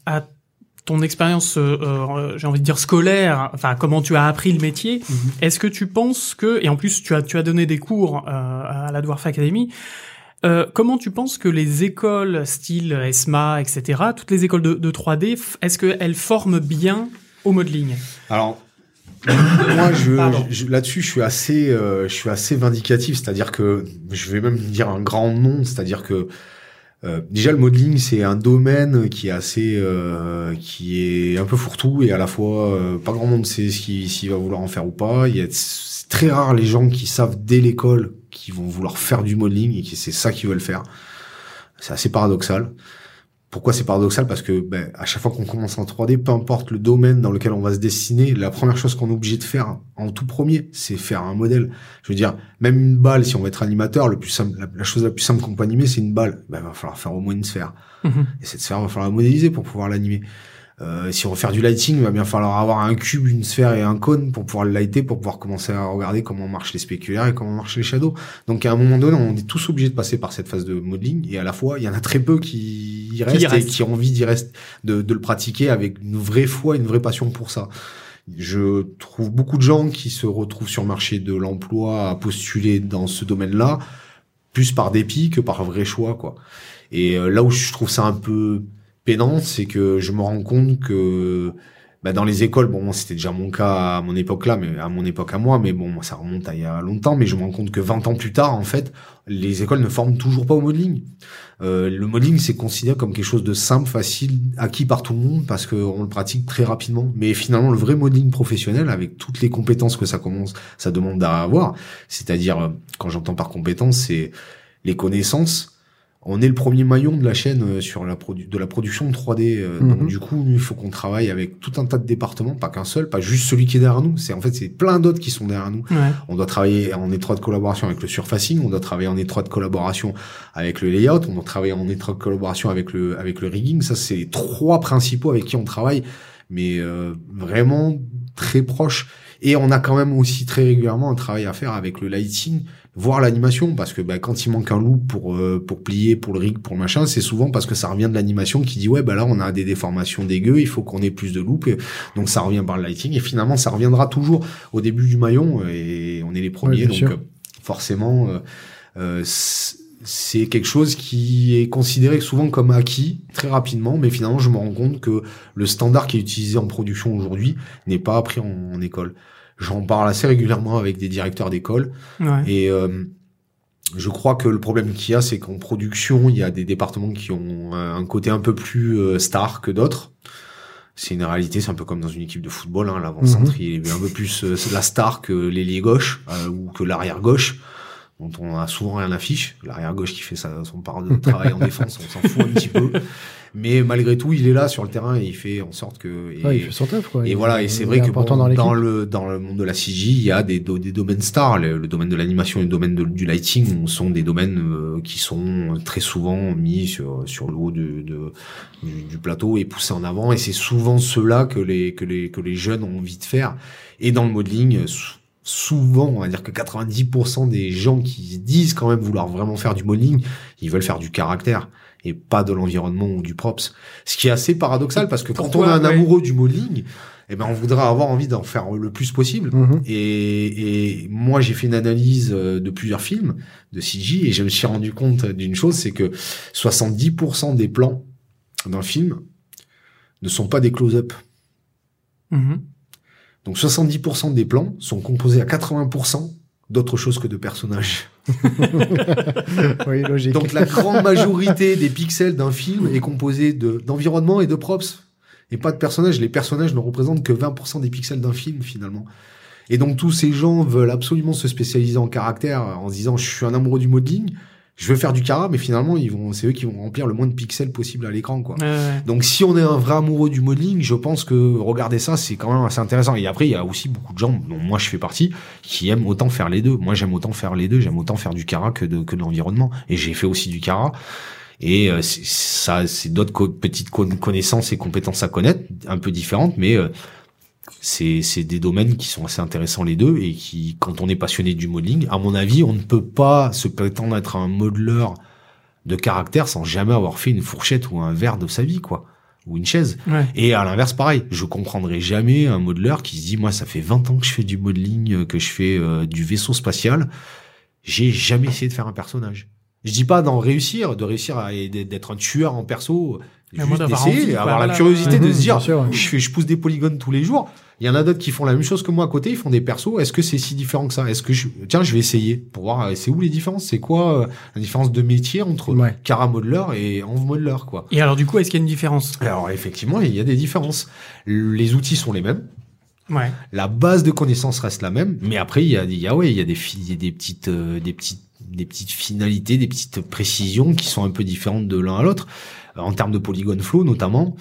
expérience, j'ai envie de dire scolaire, enfin comment tu as appris le métier, est-ce que tu penses que, et en plus tu as donné des cours à la Dwarf Academy, comment tu penses que les écoles style ESMA, etc., toutes les écoles de 3D, est-ce qu'elles forment bien au modeling? Alors, moi, là-dessus, je suis assez vindicatif, c'est-à-dire que je vais même dire un grand nom, c'est-à-dire que déjà le modeling, c'est un domaine qui est qui est un peu fourre-tout et à la fois pas grand monde sait s'il va vouloir en faire ou pas. C'est très rare les gens qui savent dès l'école qui vont vouloir faire du modeling et que c'est ça qu'ils veulent faire. C'est assez paradoxal. Pourquoi c'est paradoxal? Parce que à chaque fois qu'on commence en 3D, peu importe le domaine dans lequel on va se destiner, la première chose qu'on est obligé de faire en tout premier, c'est faire un modèle. Je veux dire, même une balle, si on veut être animateur, la chose la plus simple qu'on peut animer, c'est une balle. Il va falloir faire au moins une sphère. Et cette sphère, il va falloir la modéliser pour pouvoir l'animer. Si on veut faire du lighting, il va bien falloir avoir un cube, une sphère et un cône pour pouvoir le lighter, pour pouvoir commencer à regarder comment marchent les spéculaires et comment marchent les shadows. Donc à un moment donné, on est tous obligés de passer par cette phase de modeling et à la fois, il y en a très peu qui y restent et qui ont envie de le pratiquer avec une vraie foi, une vraie passion pour ça. Je trouve beaucoup de gens qui se retrouvent sur le marché de l'emploi à postuler dans ce domaine-là, plus par dépit que par vrai choix, quoi. Et là où je trouve ça un peu pénant, c'est que je me rends compte que dans les écoles, c'était déjà mon cas à mon époque là, mais à mon époque à moi, mais ça remonte à il y a longtemps, mais je me rends compte que 20 ans plus tard, en fait, les écoles ne forment toujours pas au modeling. Le modeling, c'est considéré comme quelque chose de simple, facile, acquis par tout le monde, parce qu'on le pratique très rapidement. Mais finalement, le vrai modeling professionnel, avec toutes les compétences que ça demande à avoir, c'est-à-dire, quand j'entends par compétences, c'est les connaissances. On est le premier maillon de la chaîne sur de la production de 3D. Donc du coup, il faut qu'on travaille avec tout un tas de départements, pas qu'un seul, pas juste celui qui est derrière nous. C'est plein d'autres qui sont derrière nous. Ouais. On doit travailler en étroite collaboration avec le surfacing, on doit travailler en étroite collaboration avec le layout, on doit travailler en étroite collaboration avec le rigging. Ça, c'est les 3 principaux avec qui on travaille, mais vraiment très proches. Et on a quand même aussi très régulièrement un travail à faire avec le lighting, voire l'animation, parce que quand il manque un loop pour plier, pour le rig, pour le machin, c'est souvent parce que ça revient de l'animation qui dit là on a des déformations dégueu, il faut qu'on ait plus de loop, donc ça revient par le lighting et finalement ça reviendra toujours au début du maillon et on est les premiers, donc forcément c'est quelque chose qui est considéré souvent comme acquis très rapidement, mais finalement je me rends compte que le standard qui est utilisé en production aujourd'hui n'est pas appris en école. J'en parle assez régulièrement avec des directeurs d'école. Ouais. Et je crois que le problème qu'il y a, c'est qu'en production, il y a des départements qui ont un côté un peu plus star que d'autres. C'est une réalité, c'est un peu comme dans une équipe de football. L'avant-centre, il est un peu plus la star que l'ailier gauche ou que l'arrière gauche, dont on a souvent rien affiche. L'arrière gauche qui fait son part de travail en défense, on s'en fout un petit peu. Mais malgré tout, il est là sur le terrain et il fait en sorte que... il fait son taf, quoi. Et voilà, et c'est vrai que dans le monde de la CG, il y a des domaines stars. Le domaine de l'animation et le domaine du lighting sont des domaines qui sont très souvent mis sur le haut du plateau et poussés en avant. Et c'est souvent ceux-là que les jeunes ont envie de faire. Et dans le modeling, souvent, on va dire que 90% des gens qui disent quand même vouloir vraiment faire du modeling, ils veulent faire du caractère et pas de l'environnement ou du props. Ce qui est assez paradoxal parce que quand on est un amoureux du modeling, eh ben on voudrait avoir envie d'en faire le plus possible. Et moi, j'ai fait une analyse de plusieurs films de CG et je me suis rendu compte d'une chose, c'est que 70% des plans d'un film ne sont pas des close-up. Donc 70% des plans sont composés à 80% d'autre chose que de personnages. Oui, logique. Donc la grande majorité des pixels d'un film est composée d'environnement et de props, et pas de personnages. Les personnages ne représentent que 20% des pixels d'un film, finalement. Et donc tous ces gens veulent absolument se spécialiser en caractère en se disant « je suis un amoureux du modeling ». Je veux faire du cara, mais finalement, c'est eux qui vont remplir le moins de pixels possible à l'écran, quoi. Donc, si on est un vrai amoureux du modeling, je pense que regarder ça, c'est quand même assez intéressant. Et après, il y a aussi beaucoup de gens, dont moi je fais partie, qui aiment autant faire les deux. Moi, j'aime autant faire les deux. J'aime autant faire du cara que de l'environnement. Et j'ai fait aussi du cara. Et c'est d'autres petites connaissances et compétences à connaître, un peu différentes, mais c'est des domaines qui sont assez intéressants les deux et qui, quand on est passionné du modeling, à mon avis, on ne peut pas se prétendre être un modeleur de caractère sans jamais avoir fait une fourchette ou un verre de sa vie, quoi, ou une chaise. Et à l'inverse, pareil, je comprendrai jamais un modeleur qui se dit, moi, ça fait 20 ans que je fais du modeling, que je fais du vaisseau spatial, j'ai jamais essayé de faire un personnage. Je dis pas d'être un tueur en perso, juste d'essayer, avoir la curiosité de se dire, je pousse des polygones tous les jours. Il y en a d'autres qui font la même chose que moi à côté, ils font des persos. Est-ce que c'est si différent que ça? Tiens, je vais essayer pour voir, c'est où les différences? C'est quoi la différence de métier entre cara modeler et env modeler, quoi? Et alors, du coup, est-ce qu'il y a une différence? Alors, effectivement, il y a des différences. Les outils sont les mêmes. La base de connaissances reste la même, mais après, il y a des petites finalités, des petites précisions qui sont un peu différentes de l'un à l'autre. En termes de Polygon Flow, notamment.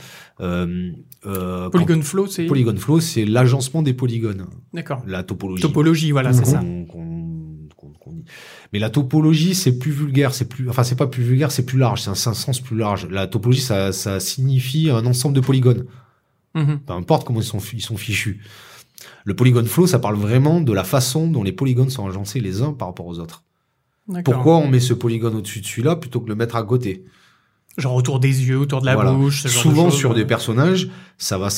Polygon Flow, c'est l'agencement des polygones. D'accord. La topologie. Topologie, voilà, c'est ça. Qu'on dit. Mais la topologie, c'est plus vulgaire, c'est pas plus vulgaire, c'est plus large, c'est un sens plus large. La topologie, ça signifie un ensemble de polygones. Peu importe comment ils sont fichus. Le Polygon Flow, ça parle vraiment de la façon dont les polygones sont agencés les uns par rapport aux autres. Pourquoi on met ce polygone au-dessus de celui-là plutôt que de le mettre à côté? Genre autour des yeux, autour de la bouche. Souvent sur des personnages, ça va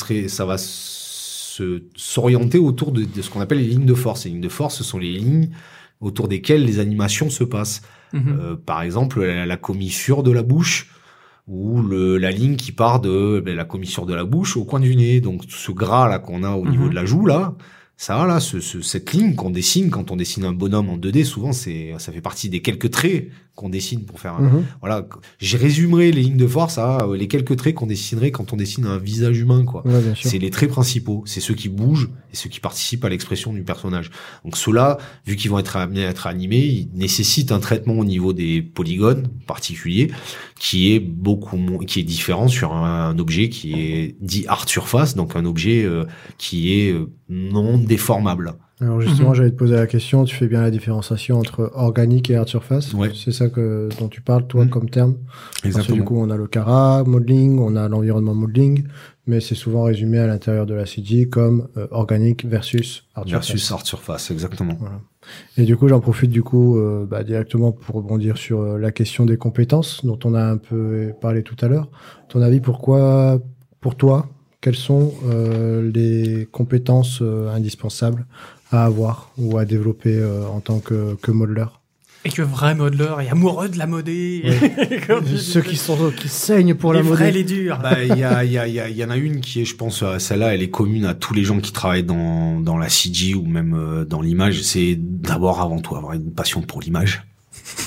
s'orienter autour de ce qu'on appelle les lignes de force. Les lignes de force, ce sont les lignes autour desquelles les animations se passent. Par exemple, la commissure de la bouche ou la ligne qui part de la commissure de la bouche au coin du nez. Donc ce gras là qu'on a au niveau de la joue là. Ça, là, cette ligne qu'on dessine quand on dessine un bonhomme en 2D, souvent, ça fait partie des quelques traits qu'on dessine pour faire voilà. J'ai résumé les lignes de force à les quelques traits qu'on dessinerait quand on dessine un visage humain, quoi. C'est les traits principaux. C'est ceux qui bougent et ceux qui participent à l'expression du personnage. Donc, ceux-là, vu qu'ils vont être amenés à être animés, ils nécessitent un traitement au niveau des polygones particuliers qui est différent sur un objet qui est dit hard surface, donc un objet qui est non déformable. Alors justement, j'allais te poser la question, tu fais bien la différenciation entre organique et hard surface. C'est ça dont tu parles, toi, comme terme. Exactement. Parce que du coup, on a le cara modeling, on a l'environnement modeling, mais c'est souvent résumé à l'intérieur de la CG comme organique versus hard surface. Versus hard surface, exactement. Voilà. Et du coup, j'en profite directement pour rebondir sur la question des compétences dont on a un peu parlé tout à l'heure. Ton avis, pourquoi, pour toi, quelles sont les compétences indispensables à avoir ou à développer en tant que modeler? Et que vrai modeler et amoureux de la modée. Ceux qui saignent pour la modée. Les vrais, les durs. Il y en a une qui est, je pense, celle-là, elle est commune à tous les gens qui travaillent dans la CG ou même dans l'image. C'est d'abord, avant tout, avoir une passion pour l'image.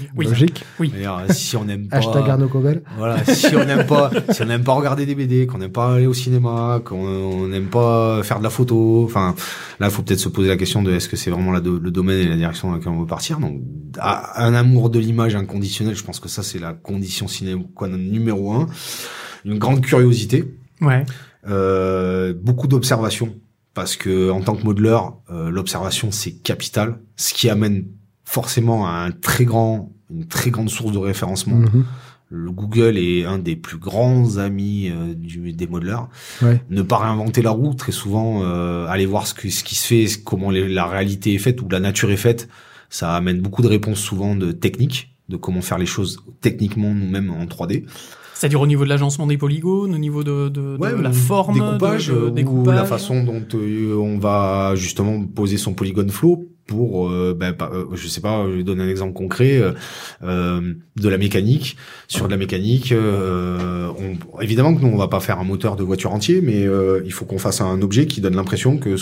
Oui. Logique. Oui. Si on n'aime pas... Hashtag Arnaud Cobel. Voilà, si on n'aime pas regarder des BD, qu'on n'aime pas aller au cinéma, qu'on n'aime pas faire de la photo, enfin, là, il faut peut-être se poser la question de est-ce que c'est vraiment le domaine et la direction dans laquelle on veut partir. Donc, un amour de l'image inconditionnel, je pense que ça, c'est la condition sine qua non numéro 1. Une grande curiosité. Ouais. Beaucoup d'observation. Parce que, en tant que modeleur, l'observation, c'est capital. Ce qui amène forcément à une très grande source de référencement. Mhm. Le Google est un des plus grands amis des modeleurs. Ouais. Ne pas réinventer la roue, très souvent, aller voir ce qui se fait, comment la réalité est faite ou la nature est faite. Ça amène beaucoup de réponses souvent de techniques, de comment faire les choses techniquement nous-mêmes en 3D. C'est-à-dire au niveau de l'agencement des polygones, au niveau de la forme, découpage, ou la façon dont on va justement poser son polygone flow pour, je sais pas, je vais donner un exemple concret de la mécanique. Sur de la mécanique, évidemment que nous on va pas faire un moteur de voiture entier, mais il faut qu'on fasse un objet qui donne l'impression que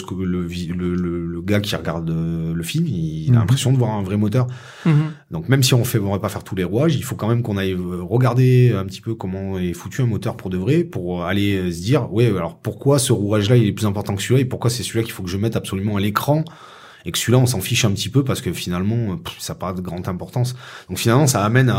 le gars qui regarde le film, il a l'impression de voir un vrai moteur. Donc même si on va pas faire tous les rouages, il faut quand même qu'on aille regarder un petit peu comment est foutu un moteur pour de vrai, pour aller se dire alors pourquoi ce rouage-là il est plus important que celui-là et pourquoi c'est celui-là qu'il faut que je mette absolument à l'écran. Et que celui-là, on s'en fiche un petit peu parce que finalement, ça n'a pas de grande importance. Donc finalement, ça amène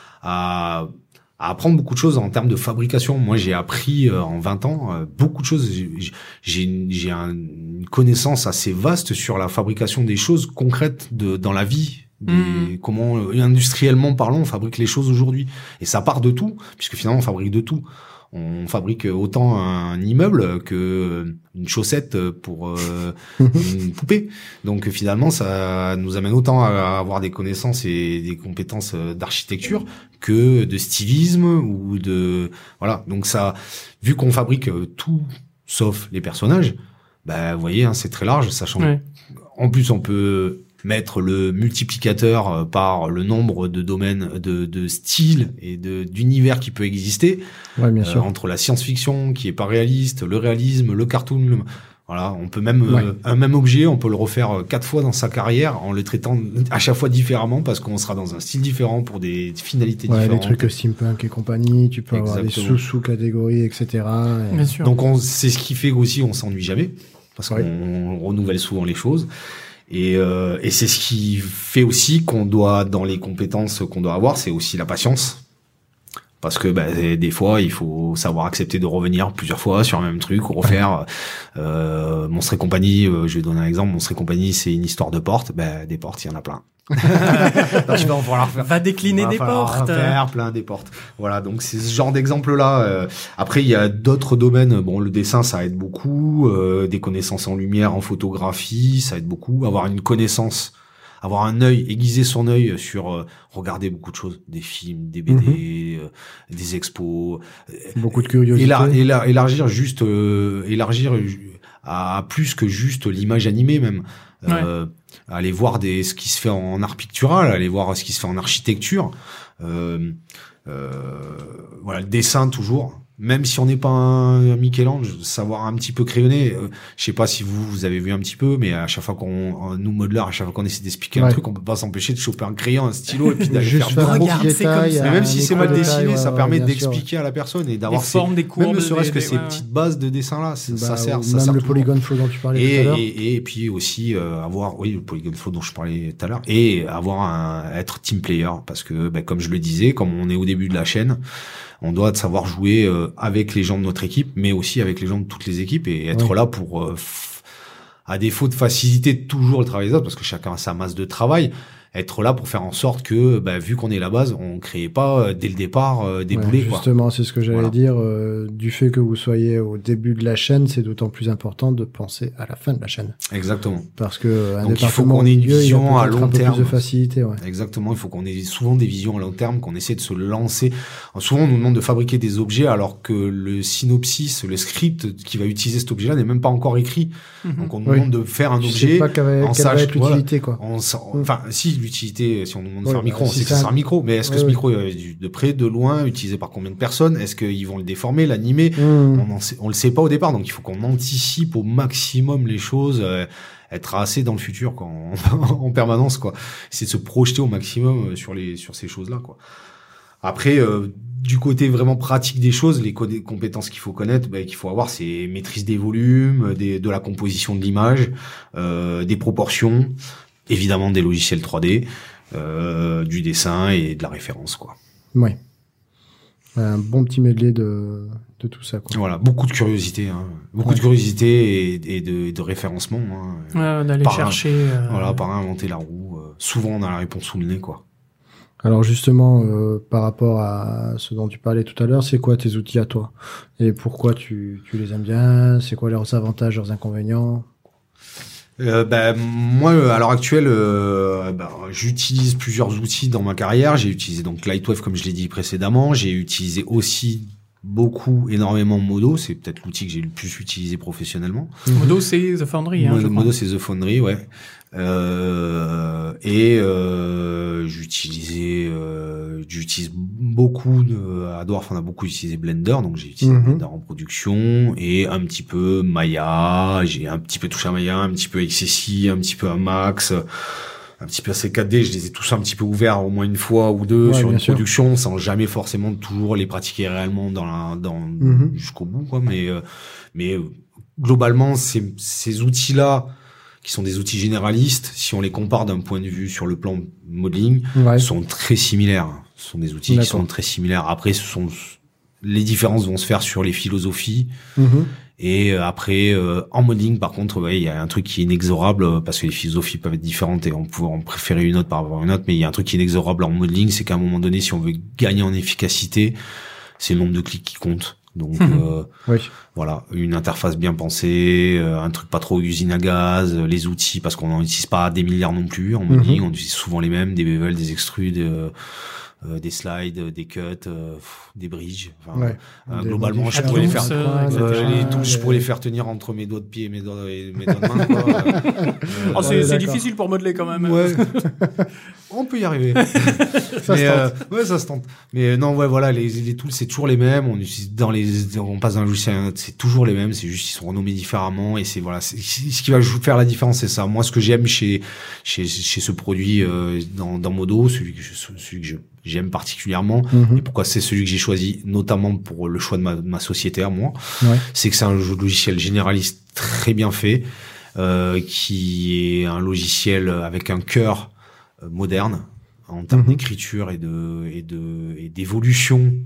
à apprendre beaucoup de choses en termes de fabrication. Moi, j'ai appris en 20 ans beaucoup de choses. J'ai une connaissance assez vaste sur la fabrication des choses concrètes dans la vie. Comment, industriellement parlant, on fabrique les choses aujourd'hui. Et ça part de tout, puisque finalement, on fabrique de tout. On fabrique autant un immeuble que une chaussette pour une poupée. Donc finalement, ça nous amène autant à avoir des connaissances et des compétences d'architecture que de stylisme ou de voilà. Donc ça, vu qu'on fabrique tout sauf les personnages, vous voyez, c'est très large, sachant. Ouais. En plus, on peut mettre le multiplicateur par le nombre de domaines, de styles et d'univers qui peut exister. Ouais, bien sûr. Entre la science-fiction qui est pas réaliste, le réalisme, le cartoon. Voilà, on peut même un même objet, on peut le refaire 4 fois dans sa carrière en le traitant à chaque fois différemment parce qu'on sera dans un style différent pour des finalités différentes. Les trucs steampunk et compagnie, tu peux avoir des sous-catégories, etc. Bien sûr. Donc c'est ce qui fait aussi on s'ennuie jamais parce qu'on renouvelle souvent les choses. Et c'est ce qui fait aussi qu'on doit, dans les compétences qu'on doit avoir, c'est aussi la patience. Parce que des fois, il faut savoir accepter de revenir plusieurs fois sur le même truc, ou refaire. Monstres et compagnie, je vais donner un exemple. Monstres et compagnie, c'est une histoire de portes. Des portes, il y en a plein. Donc, tu vas en falloir faire. Va décliner des portes. Faire plein des portes. Voilà, donc c'est ce genre d'exemple-là. Après, il y a d'autres domaines. Bon, le dessin, ça aide beaucoup. Des connaissances en lumière, en photographie, ça aide beaucoup. Avoir une connaissance, avoir un œil, aiguiser son œil sur regarder beaucoup de choses, des films, des BD, des expos. Beaucoup de curiosité. Élargir à plus que juste l'image animée même. Aller voir ce qui se fait en art pictural, aller voir ce qui se fait en architecture. Voilà, le dessin toujours. Même si on n'est pas un Michel-Ange, savoir un petit peu crayonner. Je sais pas si vous avez vu un petit peu, mais à chaque fois nous modeleurs, à chaque fois qu'on essaie d'expliquer un truc, on peut pas s'empêcher de choper un crayon, un stylo et puis d'aller faire regarde, c'est comme ça. Mais même si c'est mal dessiné, ça permet d'expliquer à la personne et d'avoir des courbes, même ne serait-ce que ces petites bases de dessin là, ça sert. Même le polygone flow dont tu parlais tout à l'heure. Et puis aussi avoir, le polygone flow dont je parlais tout à l'heure, et être team player parce que comme je le disais, comme on est au début de la chaîne, on doit savoir jouer avec les gens de notre équipe, mais aussi avec les gens de toutes les équipes et être là pour, à défaut de faciliter toujours le travail des autres, parce que chacun a sa masse de travail, être là pour faire en sorte que, vu qu'on est la base, on crée pas dès le départ des boulets. Justement, c'est ce que j'allais dire. Du fait que vous soyez au début de la chaîne, c'est d'autant plus important de penser à la fin de la chaîne. Exactement. Parce que donc il faut qu'on ait une vision à long terme. Plus de facilité. Ouais. Exactement. Il faut qu'on ait souvent des visions à long terme, qu'on essaie de se lancer. Souvent, on nous demande de fabriquer des objets alors que le synopsis, le script qui va utiliser cet objet-là n'est même pas encore écrit. Donc on nous demande de faire un objet. Je sais pas quelle va être l'utilité, quoi. Enfin, si l'utilité, si on nous demande de faire un micro, on sait que c'est un micro, mais est-ce que ce micro est de près, de loin, utilisé par combien de personnes? Est-ce qu'ils vont le déformer, l'animer? On le sait pas au départ, donc il faut qu'on anticipe au maximum les choses, être assez dans le futur, quoi, en permanence, quoi. C'est de se projeter au maximum sur ces choses-là, quoi. Après, du côté vraiment pratique des choses, les compétences qu'il faut connaître, qu'il faut avoir, c'est maîtrise des volumes, de la composition de l'image, des proportions, évidemment des logiciels 3D, du dessin et de la référence, quoi. Ouais. Un bon petit medley de tout ça, quoi. Voilà, beaucoup de curiosité, hein. Beaucoup de curiosité et de référencement, hein. D'aller chercher. Voilà, pas inventer la roue. Souvent, on a la réponse sous le nez, quoi. Alors justement, par rapport à ce dont tu parlais tout à l'heure, c'est quoi tes outils à toi? Et pourquoi tu les aimes bien? C'est quoi leurs avantages, leurs inconvénients? Moi, à l'heure actuelle, j'utilise plusieurs outils dans ma carrière. J'ai utilisé donc Lightwave, comme je l'ai dit précédemment. J'ai utilisé aussi énormément Modo. C'est peut-être l'outil que j'ai le plus utilisé professionnellement. Modo, c'est The Foundry. Modo, c'est The Foundry, ouais. J'utilise beaucoup à Dwarf, on a beaucoup utilisé Blender, donc j'ai utilisé Blender en production et un petit peu Maya, j'ai un petit peu touché à Maya, un petit peu XSI, un petit peu à Max, un petit peu à C4D, je les ai tous un petit peu ouverts au moins une fois ou deux sur une production, sans jamais forcément toujours les pratiquer réellement jusqu'au bout, quoi, mais globalement, ces outils-là, qui sont des outils généralistes, si on les compare d'un point de vue sur le plan modeling, sont très similaires. Ce sont des outils qui sont très similaires. Après, les différences vont se faire sur les philosophies. Et après, en modeling, par contre, il y a un truc qui est inexorable, parce que les philosophies peuvent être différentes et on peut en préférer une autre par rapport à une autre, mais il y a un truc qui est inexorable en modeling, c'est qu'à un moment donné, si on veut gagner en efficacité, c'est le nombre de clics qui compte. Donc voilà, une interface bien pensée, un truc pas trop usine à gaz, les outils, parce qu'on n'en utilise pas des milliards non plus en modeling, on utilise souvent les mêmes, des bevels, des extrudes, des slides, des cuts, des bridges. Enfin, globalement, je pourrais les faire, je pourrais les faire tenir entre mes doigts de pied et mes doigts de main, quoi. C'est difficile pour modeler quand même. Ouais. On peut y arriver. Ça se tente. Mais non, voilà, les tools, c'est toujours les mêmes. On utilise on passe d'un logiciel à un autre, c'est toujours les mêmes. C'est juste, ils sont renommés différemment. Et c'est ce qui va faire la différence, c'est ça. Moi, ce que j'aime chez ce produit, dans Modo, celui que j'aime particulièrement, et pourquoi c'est celui que j'ai choisi, notamment pour le choix de ma société à moi, c'est que c'est un logiciel généraliste très bien fait, qui est un logiciel avec un cœur moderne en termes d'écriture et d'évolution.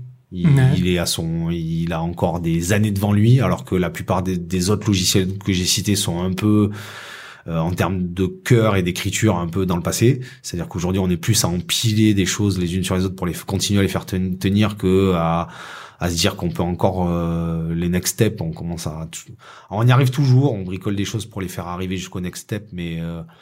Il a encore des années devant lui, alors que la plupart des autres logiciels que j'ai cités sont un peu en termes de cœur et d'écriture un peu dans le passé. C'est-à-dire qu'aujourd'hui on est plus à empiler des choses les unes sur les autres pour continuer à les faire tenir que à se dire qu'on peut encore les next steps. On y arrive toujours, on bricole des choses pour les faire arriver jusqu'au next step, mais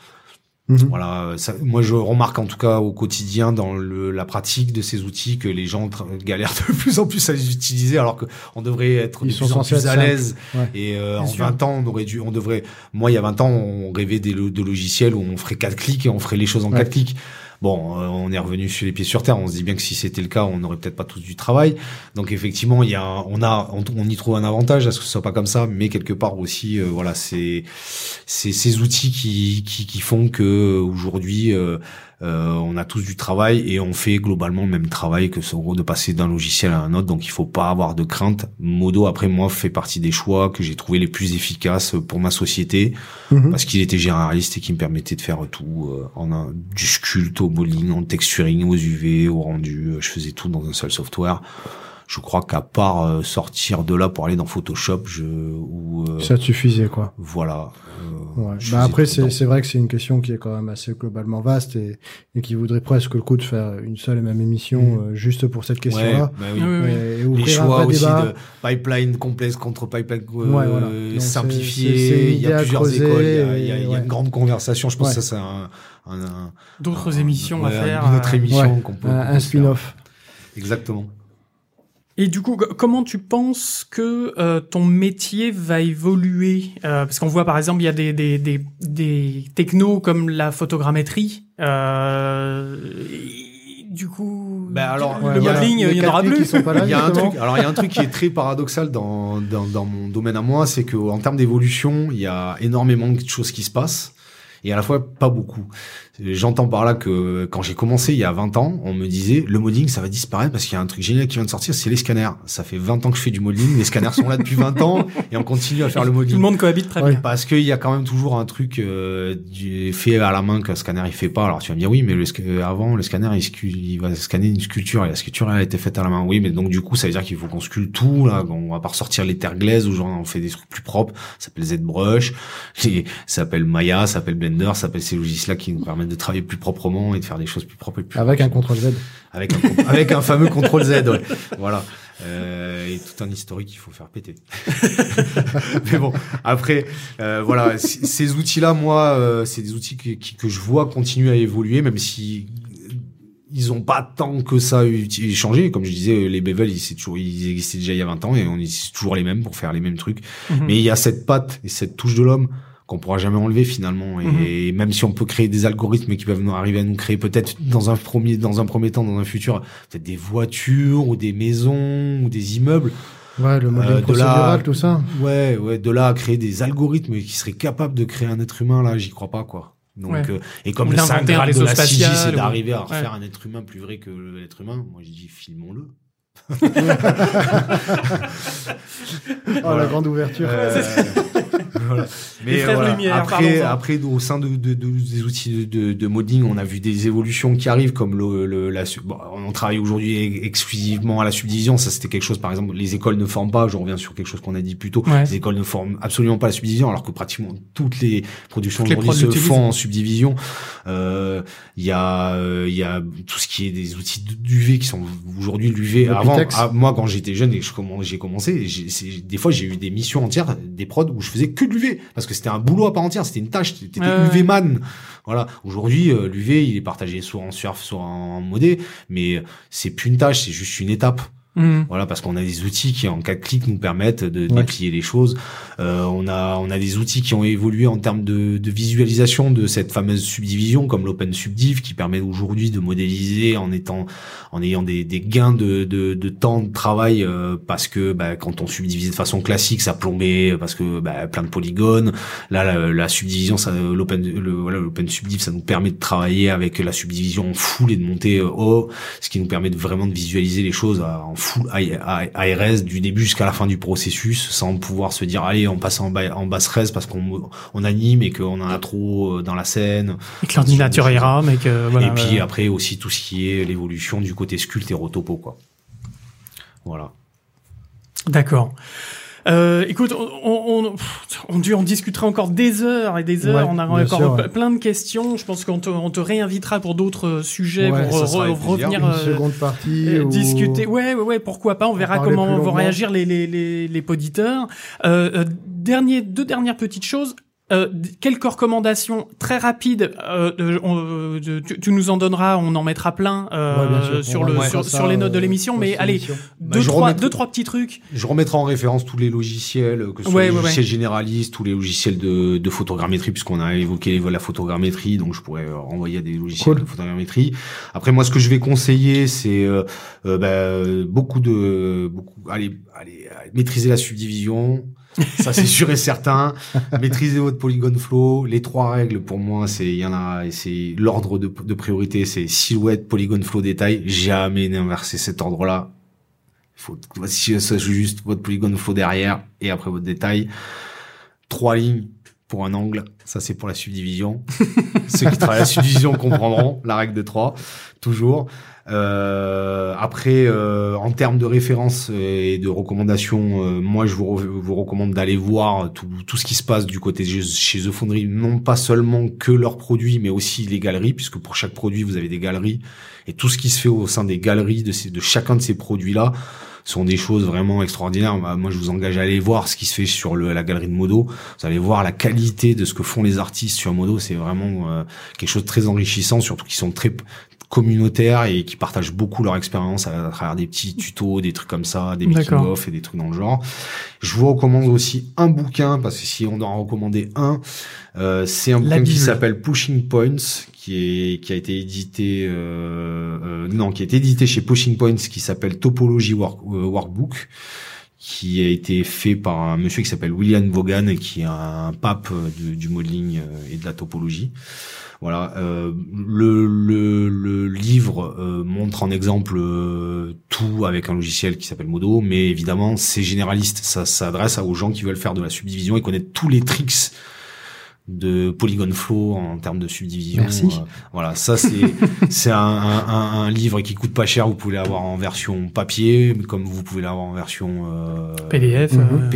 voilà, moi je remarque en tout cas au quotidien dans la pratique de ces outils que les gens galèrent de plus en plus à les utiliser, alors que on devrait être de plus en plus à l'aise. Et en 20 ans, moi il y a 20 ans, on rêvait de logiciels où on ferait 4 clics et on ferait les choses en 4 clics. Bon, on est revenu sur les pieds sur terre. On se dit bien que si c'était le cas, on n'aurait peut-être pas tous du travail. Donc effectivement, on y trouve un avantage à ce que ce soit pas comme ça, mais quelque part aussi, voilà, c'est ces outils qui font que aujourd'hui, on a tous du travail et on fait globalement le même travail que de passer d'un logiciel à un autre. Donc il faut pas avoir de crainte. Modo, après moi, fait partie des choix que j'ai trouvé les plus efficaces pour ma société, parce qu'il était généraliste et qui me permettait de faire tout, du sculpt au modeling, en texturing, aux UV, au rendu. Je faisais tout dans un seul software. Je crois qu'à part sortir de là pour aller dans Photoshop, ça te suffisait, quoi. Voilà. Après, c'est vrai que c'est une question qui est quand même assez globalement vaste et qui voudrait presque le coup de faire une seule et même émission juste pour cette question-là. Et les choix aussi de pipeline complexe contre pipeline simplifié. Il y a plusieurs écoles. Il y a une grande conversation. Je pense que ça, c'est d'autres émissions à faire. Une autre émission qu'on peut. Un spin-off. Exactement. Et du coup, comment tu penses que ton métier va évoluer, parce qu'on voit par exemple il y a des technos comme la photogrammétrie Du coup, alors, le modeling, il y en aura plus. Il y a un truc qui est très paradoxal dans mon domaine à moi, c'est que en termes d'évolution, il y a énormément de choses qui se passent. Et à la fois, pas beaucoup. J'entends par là que quand j'ai commencé il y a 20 ans, on me disait le modeling, ça va disparaître parce qu'il y a un truc génial qui vient de sortir, c'est les scanners. Ça fait 20 ans que je fais du modeling, les scanners sont là depuis 20 ans et on continue à faire le modeling. Tout le monde cohabite très bien. Parce qu'il y a quand même toujours un truc fait à la main qu'un scanner il fait pas. Alors tu vas me dire oui, mais avant le scanner il va scanner une sculpture et la sculpture elle a été faite à la main. Oui, mais donc du coup ça veut dire qu'il faut qu'on sculpte tout là. On va pas ressortir les terres glaises ou genre on fait des trucs plus propres. Ça s'appelle ZBrush, ça s'appelle Maya, ça s'appelle Blender, ça s'appelle ces logiciels là qui nous permettent de travailler plus proprement et de faire des choses plus propres et plus avec un CTRL-Z. Avec un fameux CTRL-Z, ouais. Voilà. Et tout un historique qu'il faut faire péter. Mais bon, après, voilà, ces outils-là, moi, c'est des outils que je vois continuer à évoluer, même si ils ont pas tant que ça changé. Comme je disais, les Bevel, ils existaient déjà il y a 20 ans et on utilise toujours les mêmes pour faire les mêmes trucs. Mais il y a cette patte et cette touche de l'homme qu'on pourra jamais enlever finalement. Et même si on peut créer des algorithmes qui peuvent nous arriver à nous créer peut-être dans un premier temps, dans un futur, peut-être des voitures ou des maisons ou des immeubles. Ouais, le modèle procédural, tout ça. Ouais, de là à créer des algorithmes qui seraient capables de créer un être humain, là, j'y crois pas, quoi. Donc, et comme le saint graal de la CG, c'est d'arriver à refaire un être humain plus vrai que l'être humain, moi je dis filmons-le. Oh, la grande ouverture. Voilà. Mais voilà. Après, au sein des outils de modeling, on a vu des évolutions qui arrivent, comme on travaille aujourd'hui exclusivement à la subdivision. Ça, c'était quelque chose, par exemple, les écoles ne forment pas. Je reviens sur quelque chose qu'on a dit plus tôt. Les écoles ne forment absolument pas la subdivision, alors que pratiquement toutes les productions aujourd'hui se font en subdivision. Il y a tout ce qui est des outils d'UV qui sont aujourd'hui l'UV. Avant, moi, quand j'étais jeune et j'ai commencé, des fois, j'ai eu des missions entières, des prods où je faisais que de l'UV, parce que c'était un boulot à part entière, c'était une tâche, t'étais UV man. Voilà. Aujourd'hui, l'UV, il est partagé soit en surf, soit en modé, mais c'est plus une tâche, c'est juste une étape. Voilà, parce qu'on a des outils qui en 4 clics nous permettent de déplier les choses. On a des outils qui ont évolué en termes de visualisation de cette fameuse subdivision, comme l'Open Subdiv, qui permet aujourd'hui de modéliser en ayant des gains de temps de travail, parce que quand on subdivisait de façon classique, ça plombait parce que plein de polygones. Là, la subdivision, l'Open Subdiv, ça nous permet de travailler avec la subdivision en full et de monter haut, ce qui nous permet vraiment de visualiser les choses en full ARS du début jusqu'à la fin du processus, sans pouvoir se dire allez on passe en basse res parce qu'on anime et qu'on en a trop dans la scène et que l'ordinateur ira, mais que voilà. Et puis après aussi tout ce qui est l'évolution du côté sculpte et rotopo, quoi. Voilà. D'accord. Écoute, on discutera encore des heures et des heures. On a encore plein de questions. Je pense qu'on te réinvitera pour d'autres sujets, pour revenir une seconde partie, discuter. Ouais, pourquoi pas. On verra comment vont réagir les poditeurs. Deux dernières petites choses. Quelques recommandations très rapides, tu nous en donneras, on en mettra plein sur les notes de l'émission, mais allez, deux trois petits trucs. Je remettrai en référence tous les logiciels, que ce soit les logiciels généralistes, tous les logiciels de photogrammétrie, puisqu'on a évoqué la photogrammétrie, donc je pourrais renvoyer à des logiciels de photogrammétrie. Après, moi, ce que je vais conseiller, c'est allez, maîtriser la subdivision. Ça, c'est sûr et certain. Maîtrisez votre Polygon Flow. Les 3 règles, pour moi, c'est l'ordre de priorité, c'est silhouette, Polygon Flow, détail. Jamais n'inverser cet ordre-là. Ça joue juste votre Polygon Flow derrière et après votre détail. 3 lignes pour un angle. Ça, c'est pour la subdivision. Ceux qui travaillent la subdivision comprendront la règle de 3. Toujours. Après, en termes de références et de recommandations, moi je vous recommande d'aller voir tout ce qui se passe du côté chez The Foundry, non pas seulement que leurs produits, mais aussi les galeries, puisque pour chaque produit vous avez des galeries, et tout ce qui se fait au sein des galeries de chacun de ces produits-là sont des choses vraiment extraordinaires. Moi, je vous engage à aller voir ce qui se fait sur la galerie de Modo. Vous allez voir la qualité de ce que font les artistes sur Modo. C'est vraiment quelque chose de très enrichissant, surtout qu'ils sont communautaires et qui partagent beaucoup leur expérience à travers des petits tutos, des trucs comme ça, des making-of et des trucs dans le genre. Je vous recommande aussi un bouquin, parce que si on doit en recommander un, c'est un bouquin qui s'appelle Pushing Points, qui a été édité chez Pushing Points, qui s'appelle Topology Workbook, qui a été fait par un monsieur qui s'appelle William Vaughan, qui est un pape du modeling et de la topologie. Voilà, le livre montre en exemple tout avec un logiciel qui s'appelle Modo, mais évidemment c'est généraliste, ça s'adresse aux gens qui veulent faire de la subdivision et connaître tous les tricks de Polygon Flow en termes de subdivision. Merci. Voilà, ça c'est un livre qui coûte pas cher. Vous pouvez l'avoir en version papier, comme vous pouvez l'avoir en version PDF,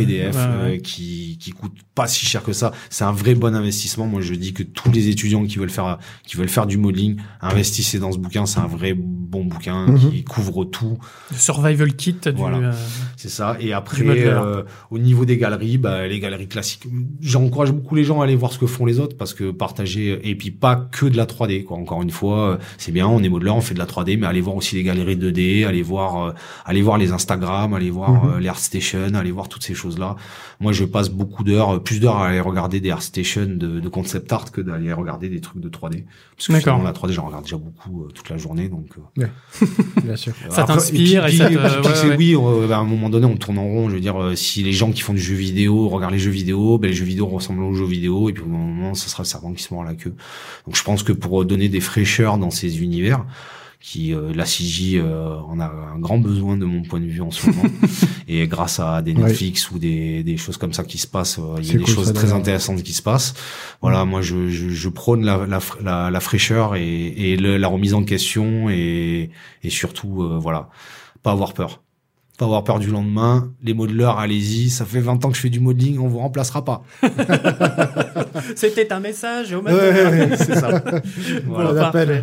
qui coûte pas si cher que ça. C'est un vrai bon investissement. Moi, je dis que tous les étudiants qui veulent faire du modeling, investissez dans ce bouquin. C'est un vrai bon bouquin qui couvre tout. Le survival kit c'est ça. Et après, au niveau des galeries, les galeries classiques, j'encourage beaucoup les gens à aller voir ce que font les autres, parce que partager, et puis pas que de la 3D, quoi. Encore une fois, c'est bien, on est modeleur, on fait de la 3D, mais allez voir aussi les galeries 2D, allez voir les Instagram, allez voir les ArtStation, allez voir toutes ces choses-là. Moi, je passe plus d'heures à aller regarder des ArtStation de concept art que d'aller regarder des trucs de 3D. Parce que finalement, la 3D, j'en regarde déjà beaucoup toute la journée, donc. Bien sûr. Ça t'inspire et ça te... Oui, à un moment donné, on tourne en rond. Je veux dire, si les gens qui font du jeu vidéo regardent les jeux vidéo, les jeux vidéo ressemblent aux jeux vidéo, et puis au moment, ça sera le serpent qui se mord la queue. Donc, je pense que pour donner des fraîcheurs dans ces univers, la CG en a un grand besoin de mon point de vue en ce moment, et grâce à des Netflix ou des choses comme ça qui se passent, il y a des choses très intéressantes qui se passent. Voilà, moi je prône la fraîcheur et la remise en question, et surtout pas avoir peur. Pas avoir peur du lendemain. Les modeleurs, allez-y, ça fait 20 ans que je fais du modeling, on vous remplacera pas. C'était un message au c'est ça. Voilà, l'appel.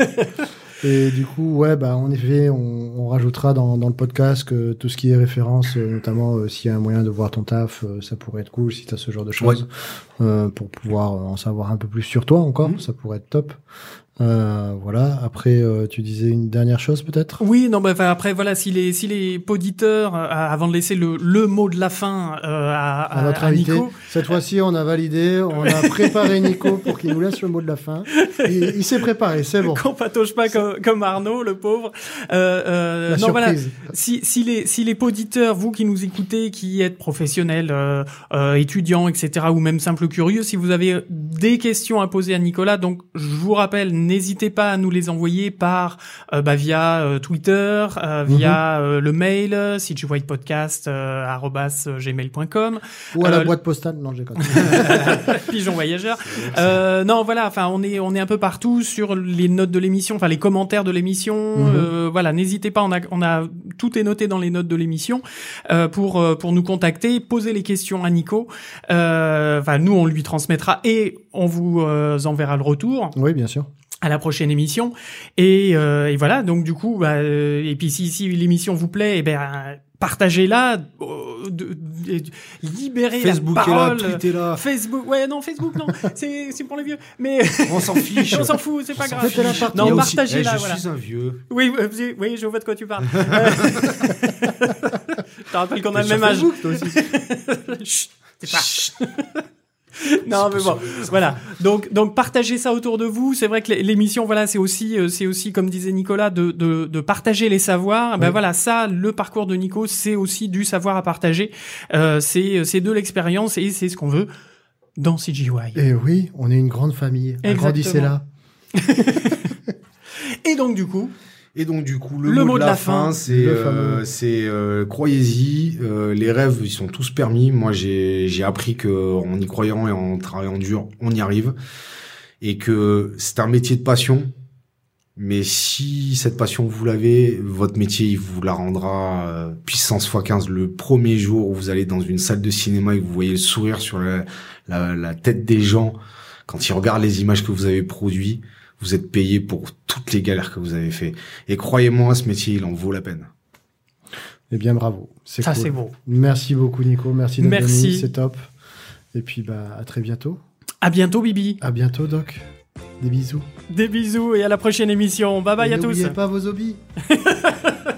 Et du coup, en effet, on rajoutera dans le podcast que tout ce qui est référence, notamment s'il y a un moyen de voir ton taf, ça pourrait être cool si tu as ce genre de choses, pour pouvoir en savoir un peu plus sur toi encore, ça pourrait être top. Voilà. Après, tu disais une dernière chose peut-être. Oui, non, après voilà, si les poditeurs, avant de laisser le mot de la fin à notre invité, Nico. Cette fois-ci, on a validé, on a préparé Nico pour qu'il nous laisse le mot de la fin. Et il s'est préparé, c'est bon. Qu'on patauge pas comme Arnaud, le pauvre. La surprise. Voilà. Si les poditeurs, vous qui nous écoutez, qui êtes professionnels, étudiants, etc., ou même simples curieux, si vous avez des questions à poser à Nicolas, donc je vous rappelle, n'hésitez pas à nous les envoyer par via Twitter, via le mail cgwhitepodcast@gmail.com ou à la boîte postale. Non, j'ai pas. Pigeon voyageur. Non, voilà. Enfin, on est un peu partout sur les notes de l'émission, enfin les commentaires de l'émission. Voilà, n'hésitez pas. On a tout est noté dans les notes de l'émission pour nous contacter, poser les questions à Nico. Enfin, nous on lui transmettra et on vous enverra le retour. Oui, bien sûr. À la prochaine émission et voilà, donc du coup et puis si l'émission vous plaît, partagez-la, libérez Facebook la parole. Facebook est là, Twitter est là. Facebook, Facebook non, c'est pour les vieux, mais on s'en fiche. On s'en fout, c'est pas grave. Non, partagez-la. Je suis un vieux. Oui, je vois de quoi tu parles. Je te rappelle qu'on a le même âge. Facebook, toi aussi. Chut, c'est pas. Non, mais bon, voilà. Donc partagez ça autour de vous. C'est vrai que l'émission, voilà, c'est aussi comme disait Nicolas, de partager les savoirs. Oui. Voilà, ça, le parcours de Nico, c'est aussi du savoir à partager. C'est de l'expérience et c'est ce qu'on veut dans CGY. Et oui, on est une grande famille. Agrandissez-la. Et donc du coup, le mot de la fin, c'est croyez-y. Les rêves, ils sont tous permis. Moi, j'ai appris que en y croyant et en travaillant dur, on y arrive, et que c'est un métier de passion. Mais si cette passion vous l'avez, votre métier, il vous la rendra puissance x15 le premier jour où vous allez dans une salle de cinéma et que vous voyez le sourire sur la tête des gens quand ils regardent les images que vous avez produites. Vous êtes payé pour toutes les galères que vous avez fait. Et croyez-moi, ce métier, il en vaut la peine. Eh bien, bravo. Ça, cool. C'est beau. Merci beaucoup, Nico. Merci d'être venu. C'est top. Et puis, à très bientôt. À bientôt, Bibi. À bientôt, Doc. Des bisous. Des bisous et à la prochaine émission. Bye bye à tous. N'oubliez pas vos hobbies.